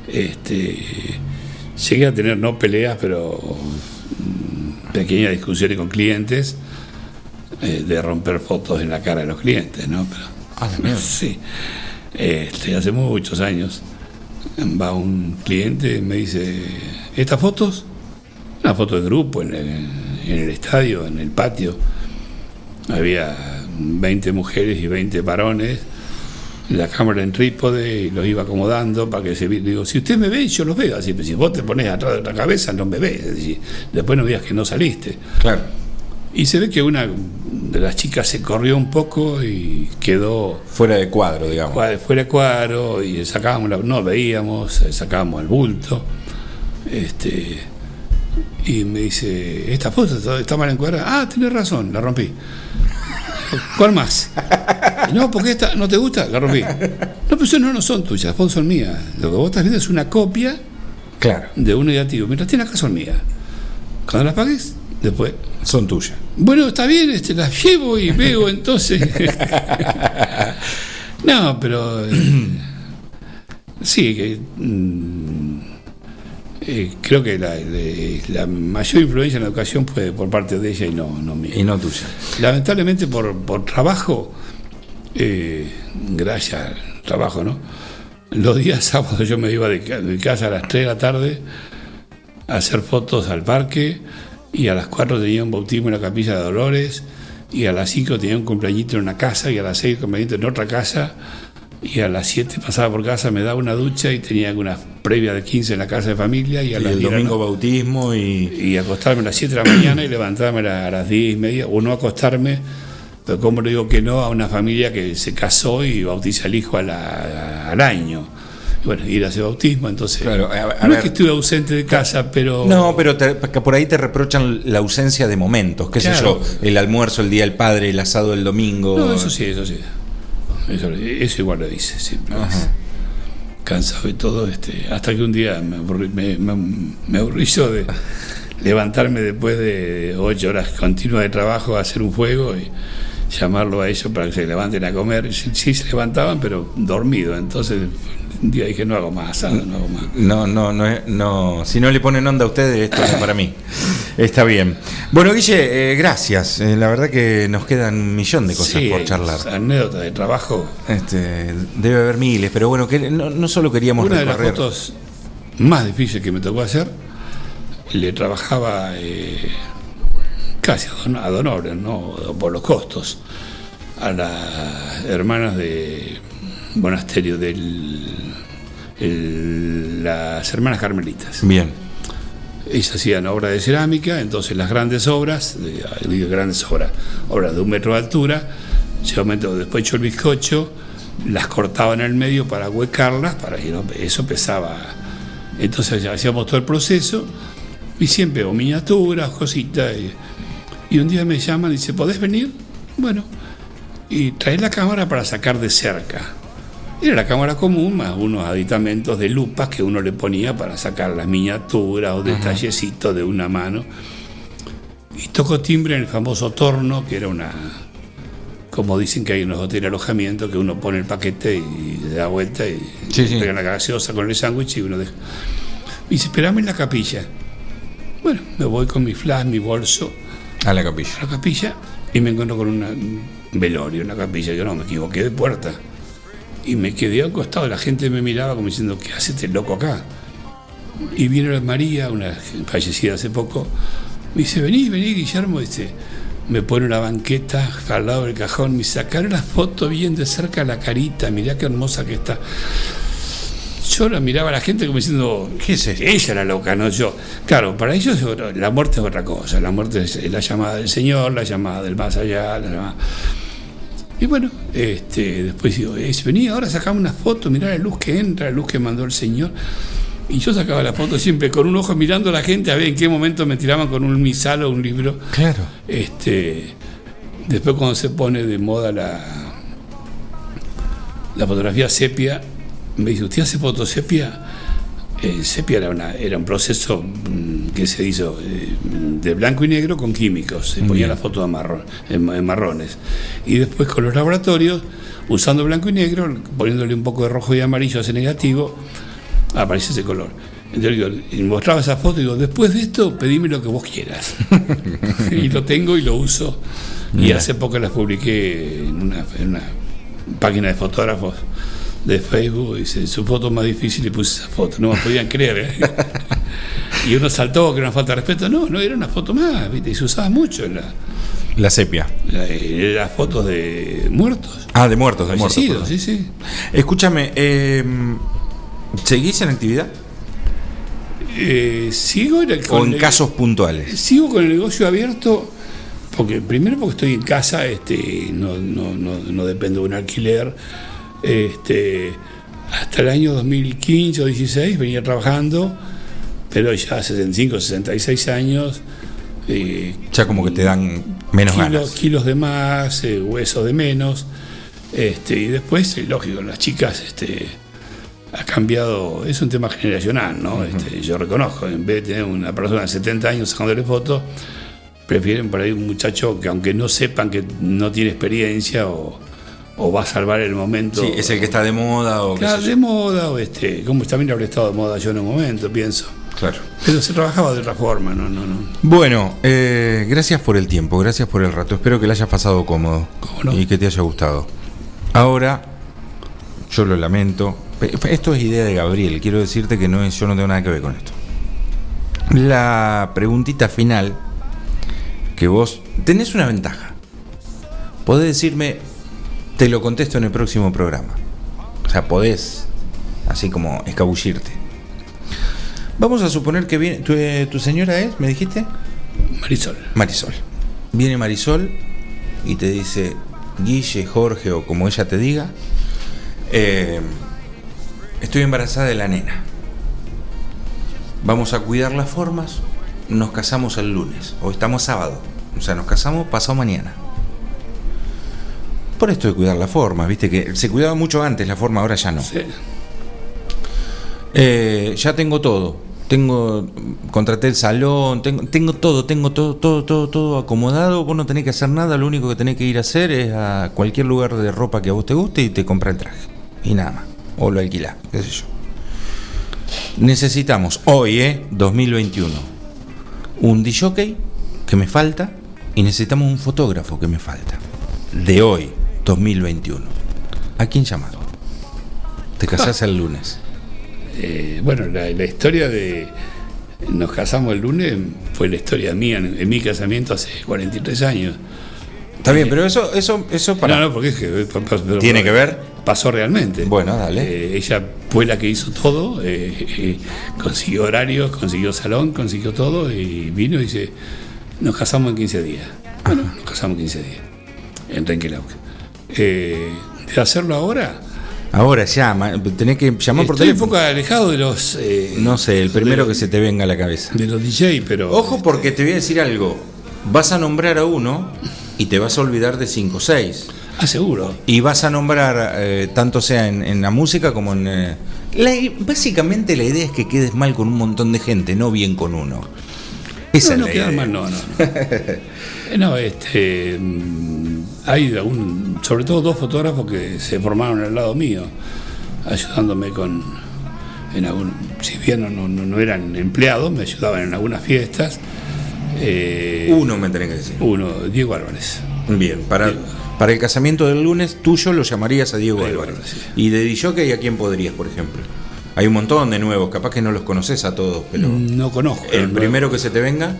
Llegué a tener no peleas, pero pequeñas discusiones con clientes, de romper fotos en la cara de los clientes, ¿no? Pero, sí. Hace muchos años va un cliente y me dice, ¿estas fotos? Una foto de grupo en el estadio, en el patio. Había 20 mujeres y 20 varones, la cámara en trípode, y los iba acomodando para que se viera. Digo, si usted me ve, yo los veo. Así, si vos te pones atrás de la cabeza, no me ves. Es decir, después no veas que no saliste. Claro. Y se ve que una de las chicas se corrió un poco y quedó fuera de cuadro, digamos. Fuera de cuadro, y sacábamos no veíamos, sacábamos el bulto. Y me dice, ¿esta foto está mal encuadrada? Ah, tenés razón, la rompí. ¿Cuál más? No, porque esta no te gusta, la rompí. No, pero no son tuyas, las fotos son mías. Lo que vos estás viendo es una copia, claro, de un negativo. Mientras tienes acá son mías. Cuando las pagues, después son tuyas. Bueno, está bien, las llevo y veo entonces. No, pero sí, que creo que la mayor influencia en la educación fue por parte de ella y no mía. Y no tuya. Lamentablemente por trabajo, gracias al trabajo, ¿no? Los días sábados yo me iba de casa a las 3 de la tarde a hacer fotos al parque, y a las 4 tenía un bautismo en la Capilla de Dolores, y a las 5 tenía un cumpleañito en una casa, y a las 6 un cumpleañito en otra casa, y a las 7 pasaba por casa, me daba una ducha y tenía una previa de 15 en la casa de familia, y a las el 10 domingo bautismo y acostarme a las 7 de la mañana y levantarme a las 10:30, o no acostarme, pero como le digo que no a una familia que se casó y bautiza al hijo al año. Y bueno, ir a hacer bautismo, entonces claro, no es que estuve ausente de casa, pero no, pero por ahí te reprochan la ausencia de momentos, qué sé yo, el almuerzo el día del padre, el asado el domingo. No, eso sí. Eso igual lo dice siempre. Cansado y todo, hasta que un día me aburrí yo de levantarme después de 8 horas continuas de trabajo a hacer un fuego y llamarlo a ellos para que se levanten a comer. Sí se levantaban, pero dormido. Entonces un día dije, no hago más asado, no hago más. No, si no le ponen onda a ustedes, esto es para mí. Está bien. Bueno, Guille, gracias. La verdad que nos quedan un millón de cosas por charlar. Anécdotas de trabajo. Debe haber miles, pero bueno, que no solo queríamos una recorrer. de las fotos más difíciles que me tocó hacer, le trabajaba casi a Don Obren, ¿no? Por los costos, a las hermanas de monasterio las hermanas carmelitas. Bien. Ellas hacían obras de cerámica, entonces las grandes obras, obras de 1 metro de altura, después hecho el bizcocho, las cortaban en el medio para huecarlas, para que eso pesaba. Entonces ya hacíamos todo el proceso, y siempre o miniaturas, cositas. Y un día me llaman y dice, ¿podés venir? Bueno, y traer la cámara para sacar de cerca. Era la cámara común más unos aditamentos de lupas que uno le ponía para sacar las miniaturas o detallecitos de una mano. Y tocó timbre en el famoso torno, que era como dicen que hay en los hoteles de alojamiento, que uno pone el paquete y le da vuelta y pega la gaseosa con el sándwich y uno deja. Y dice, esperame en la capilla. Bueno, me voy con mi flash, mi bolso a la capilla. Y me encuentro con un velorio en la capilla. Yo no, me equivoqué de puerta. Y me quedé al costado, la gente me miraba como diciendo, ¿qué hace este loco acá? Y viene María, una fallecida hace poco, me dice, vení Guillermo, me pone una banqueta al lado del cajón, me sacaron la foto bien de cerca la carita, mirá qué hermosa que está. Yo la miraba a la gente como diciendo, ¿qué es esto? Ella era loca, no yo. Claro, para ellos la muerte es otra cosa, la muerte es la llamada del Señor, la llamada del más allá, la llamada... Y bueno, después digo, vení, ahora sacamos una foto, mirá la luz que entra, la luz que mandó el Señor. Y yo sacaba la foto siempre con un ojo mirando a la gente a ver en qué momento me tiraban con un misal o un libro. Claro. Después cuando se pone de moda la fotografía sepia, me dice, ¿usted hace fotosepia? sepia era un proceso que se hizo de blanco y negro con químicos. Se ponía la foto en marrones. Y después con los laboratorios, usando blanco y negro, poniéndole un poco de rojo y amarillo a ese negativo, aparece ese color. Entonces digo, mostraba esa foto y digo, después de esto, pedime lo que vos quieras. Y lo tengo y lo uso. Y hace poco las publiqué en una página de fotógrafos de Facebook, dice, su foto más difícil, y puse esa foto, no me podían creer. Y uno saltó, que era una falta de respeto. No era una foto más, ¿viste? Y se usaba mucho la sepia. Las fotos de muertos. De muertos, de muertos. Sí. Escúchame, ¿seguís en actividad? Sigo ¿O en casos puntuales? Sigo con el negocio abierto, primero porque estoy en casa, no dependo de un alquiler. Hasta el año 2015 o 16 venía trabajando, pero ya hace 65, 66 años. Ya como que te dan menos ganas. Kilos de más, huesos de menos. Y después, lógico, las chicas ha cambiado, es un tema generacional, ¿no? Yo reconozco, en vez de tener una persona de 70 años sacándole fotos, prefieren por ahí un muchacho que, aunque no sepan que no tiene experiencia o va a salvar el momento. Sí, es el que está de moda claro, de moda, como también habré estado de moda yo en un momento, pienso. Claro. Pero se trabajaba de otra forma, no. Bueno, gracias por el tiempo, gracias por el rato. Espero que le hayas pasado cómodo. ¿Cómo no? Y que te haya gustado. Ahora, yo lo lamento. Esto es idea de Gabriel. Quiero decirte que yo no tengo nada que ver con esto. La preguntita final, que vos tenés una ventaja. Podés decirme, te lo contesto en el próximo programa. O sea, podés así como escabullirte. Vamos a suponer que viene. ¿Tu señora es? ¿Me dijiste? Marisol. Viene Marisol y te dice, Guille, Jorge o como ella te diga, estoy embarazada de la nena. Vamos a cuidar las formas. Nos casamos el lunes. Hoy estamos sábado. O sea, nos casamos pasado mañana. Por esto de cuidar las formas, viste que se cuidaba mucho antes la forma, ahora ya no. Sí. Ya tengo todo. Contraté el salón, tengo todo acomodado. Vos no tenés que hacer nada, lo único que tenés que ir a hacer es a cualquier lugar de ropa que a vos te guste y te compras el traje. Y nada más. O lo alquilás, qué sé yo. Necesitamos hoy, 2021, un disjockey que me falta y necesitamos un fotógrafo que me falta. De hoy, 2021. ¿A quién llamar? Te casás el lunes. Bueno, la historia de nos casamos el lunes fue la historia mía en mi casamiento hace 43 años. Está bien, pero eso para... No, porque es que... ¿Tiene que ver? Pasó realmente. Bueno, dale. Ella fue la que hizo todo, consiguió horarios, consiguió salón, consiguió todo y vino y dice, nos casamos en 15 días. Bueno, nos casamos en 15 días, en Renquelauque. De hacerlo ahora... Ahora llama, tenés que llamar por teléfono. Estoy un poco alejado de los... no sé, el primero que se te venga a la cabeza. De los DJ, pero... Ojo, porque te voy a decir algo. Vas a nombrar a uno y te vas a olvidar de 5 o 6. Seguro. Y vas a nombrar, tanto sea en la música como en... básicamente la idea es que quedes mal con un montón de gente, no bien con uno. Esa no es la quedar idea. mal, no. Hay sobre todo 2 fotógrafos que se formaron al lado mío, ayudándome en algún, si bien no eran empleados, me ayudaban en algunas fiestas. Uno me tenés que decir. Diego Álvarez. Bien, para el casamiento del lunes tuyo lo llamarías a Diego Álvarez. Sí. Y de DJ, ¿a quién podrías, por ejemplo? Hay un montón de nuevos, capaz que no los conoces a todos, pero... No conozco. ¿El primero que se te venga?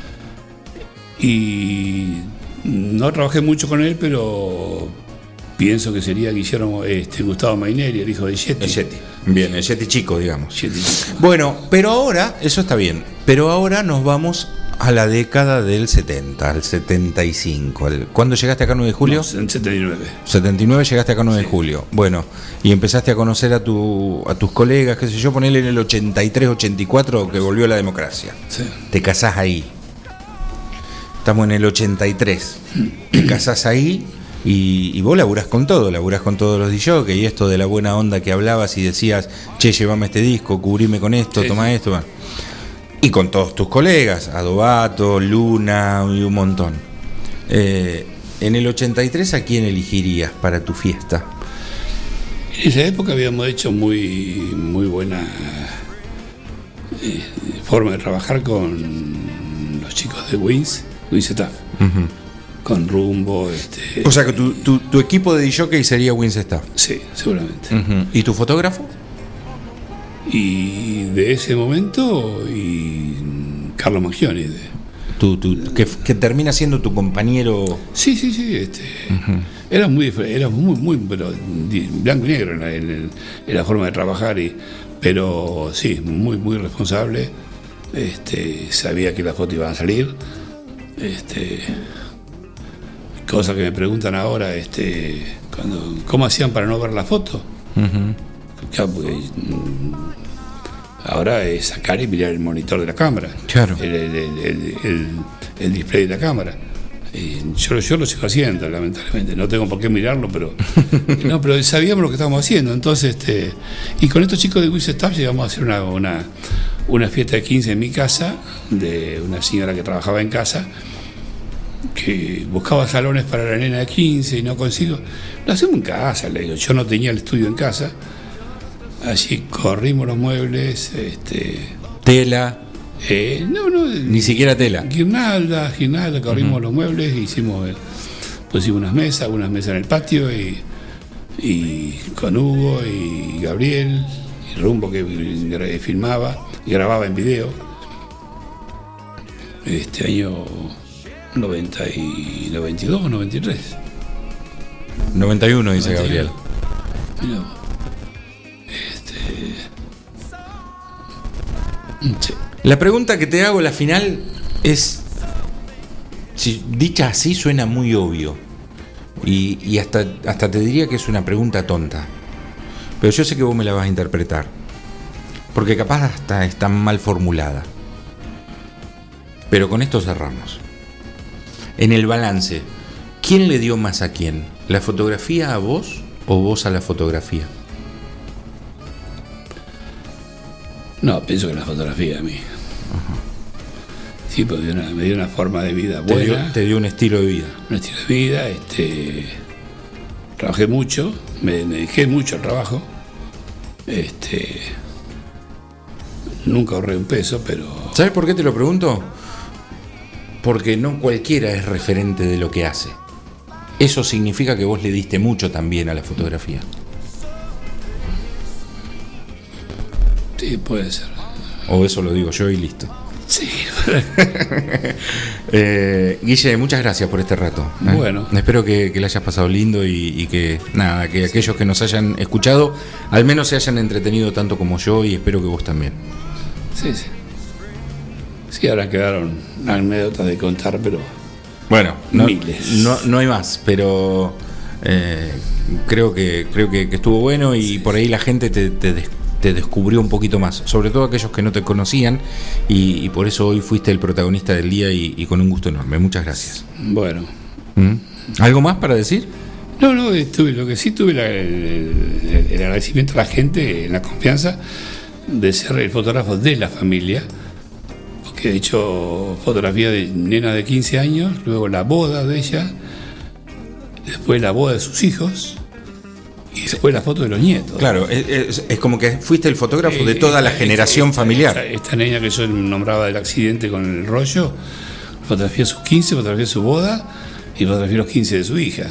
Y no trabajé mucho con él, pero pienso que sería Gustavo Maineri, el hijo de Yeti. El Yeti. Bien, el Yeti chico, digamos. Yeti chico. Bueno, pero ahora, eso está bien, pero ahora nos vamos a la década del 70, al 75. ¿Cuándo llegaste acá 9 de julio? No, en 79. 79 llegaste acá 9 de julio. Bueno, y empezaste a conocer a tus colegas, qué sé yo, ponele en el 83, 84 que volvió la democracia. Sí. Te casás ahí. Estamos en el 83. Te casás ahí Y vos laburás con todo, laburás con todos los DJs, y esto de la buena onda que hablabas y decías, che, llévame este disco, cubrime con esto, toma esto. Bueno. Y con todos tus colegas, Adobato, Luna y un montón. En el 83, ¿a quién elegirías para tu fiesta? En esa época habíamos hecho muy buena forma de trabajar con los chicos de Wins Staff. Uh-huh. Con Rumbo. O sea que tu equipo de DJ sería Wins Staff. Sí, seguramente. Uh-huh. ¿Y tu fotógrafo? Y de ese momento, y Carlos Mangioni. Que termina siendo tu compañero. Sí. Uh-huh. Era muy pero blanco y negro en la forma de trabajar, pero sí, muy responsable. Sabía que las fotos iban a salir. Cosa que me preguntan ahora, ¿cómo hacían para no ver la foto? Uh-huh. Claro, porque ahora es sacar y mirar el monitor de la cámara. Claro. El display de la cámara. Yo lo sigo haciendo, lamentablemente. No tengo por qué mirarlo, pero sabíamos lo que estábamos haciendo. Entonces, y con estos chicos de Wins Staff llegamos a hacer una fiesta de 15 en mi casa, de una señora que trabajaba en casa, que buscaba salones para la nena de 15 y no consigo. Lo hacemos en casa, le digo. Yo no tenía el estudio en casa. Allí corrimos los muebles, tela. No, ni siquiera tela. Guirnalda, corrimos los muebles, pusimos unas mesas en el patio y con Hugo y Gabriel y Rumbo, que filmaba y grababa en video. Año 92 o 93. 91 dice Gabriel. Mirá. Sí. La pregunta que te hago, la final, es, si dicha así suena muy obvio y hasta te diría que es una pregunta tonta, pero yo sé que vos me la vas a interpretar, porque capaz hasta está mal formulada. Pero con esto cerramos. En el balance, ¿quién le dio más a quién? ¿La fotografía a vos o vos a la fotografía? No, pienso que la fotografía a mí. Uh-huh. Sí, pues me dio una forma de vida buena. Te dio un estilo de vida. Un estilo de vida, trabajé mucho, me dediqué mucho al trabajo. Nunca ahorré un peso, pero... ¿Sabes por qué te lo pregunto? Porque no cualquiera es referente de lo que hace. Eso significa que vos le diste mucho también a la fotografía. Sí, puede ser. O eso lo digo yo y listo. Sí. Guille, muchas gracias por este rato. Bueno. Espero que le hayas pasado lindo y que nada, que aquellos que nos hayan escuchado al menos se hayan entretenido tanto como yo, y espero que vos también. Sí. Sí, ahora quedaron anécdotas de contar, pero bueno, miles. No hay más, pero creo que estuvo bueno, y por ahí la gente te descubrió un poquito más, sobre todo aquellos que no te conocían, y por eso hoy fuiste el protagonista del día, y con un gusto enorme. Muchas gracias. Bueno. ¿Algo más para decir? No, lo que sí tuve el agradecimiento a la gente, la confianza de ser el fotógrafo de la familia, porque he hecho fotografía de nena de 15 años, luego la boda de ella, después la boda de sus hijos, y después la foto de los nietos. Claro, es como que fuiste el fotógrafo de toda la generación familiar. Esta niña que yo nombraba del accidente con el rollo, fotografié sus 15, fotografié su boda y fotografié los 15 de su hija.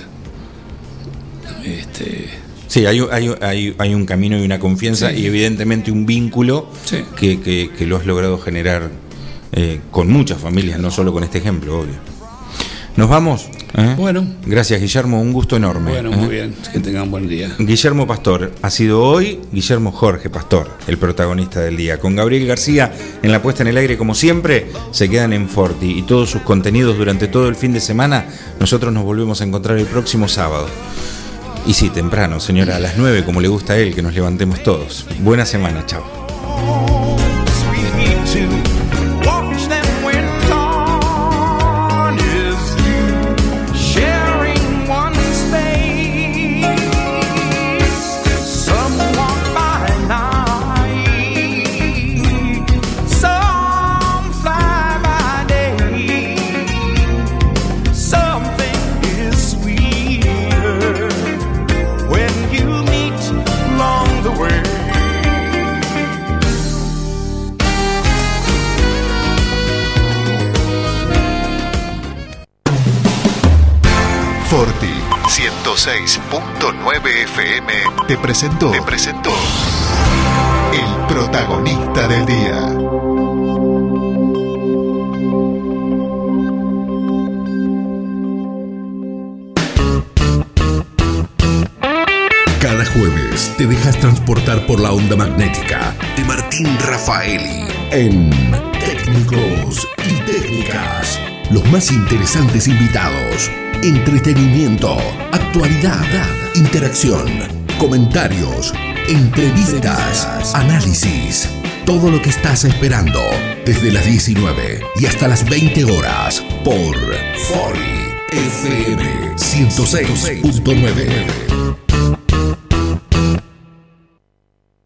Sí, hay un camino y una confianza, sí, y evidentemente un vínculo, sí, que lo has logrado generar con muchas familias, no solo con este ejemplo, obvio. ¿Nos vamos? Bueno. Gracias, Guillermo, un gusto enorme. Bueno, muy bien, que tengan un buen día. Guillermo Pastor ha sido hoy, Guillermo Jorge Pastor, el protagonista del día. Con Gabriel García en la puesta en el aire, como siempre, se quedan en Forti y todos sus contenidos durante todo el fin de semana. Nosotros nos volvemos a encontrar el próximo sábado. Y sí, temprano, señora, a las 9, como le gusta a él, que nos levantemos todos. Buena semana, chao. Sharing one 106.9 FM te presentó El Protagonista del Día. Cada jueves te dejas transportar por la onda magnética de Martín Rafaeli en Técnicos y Técnicas. Los más interesantes invitados, entretenimiento, actualidad, interacción, comentarios, entrevistas, análisis. Todo lo que estás esperando desde las 19 y hasta las 20 horas por Forti FM 106.9.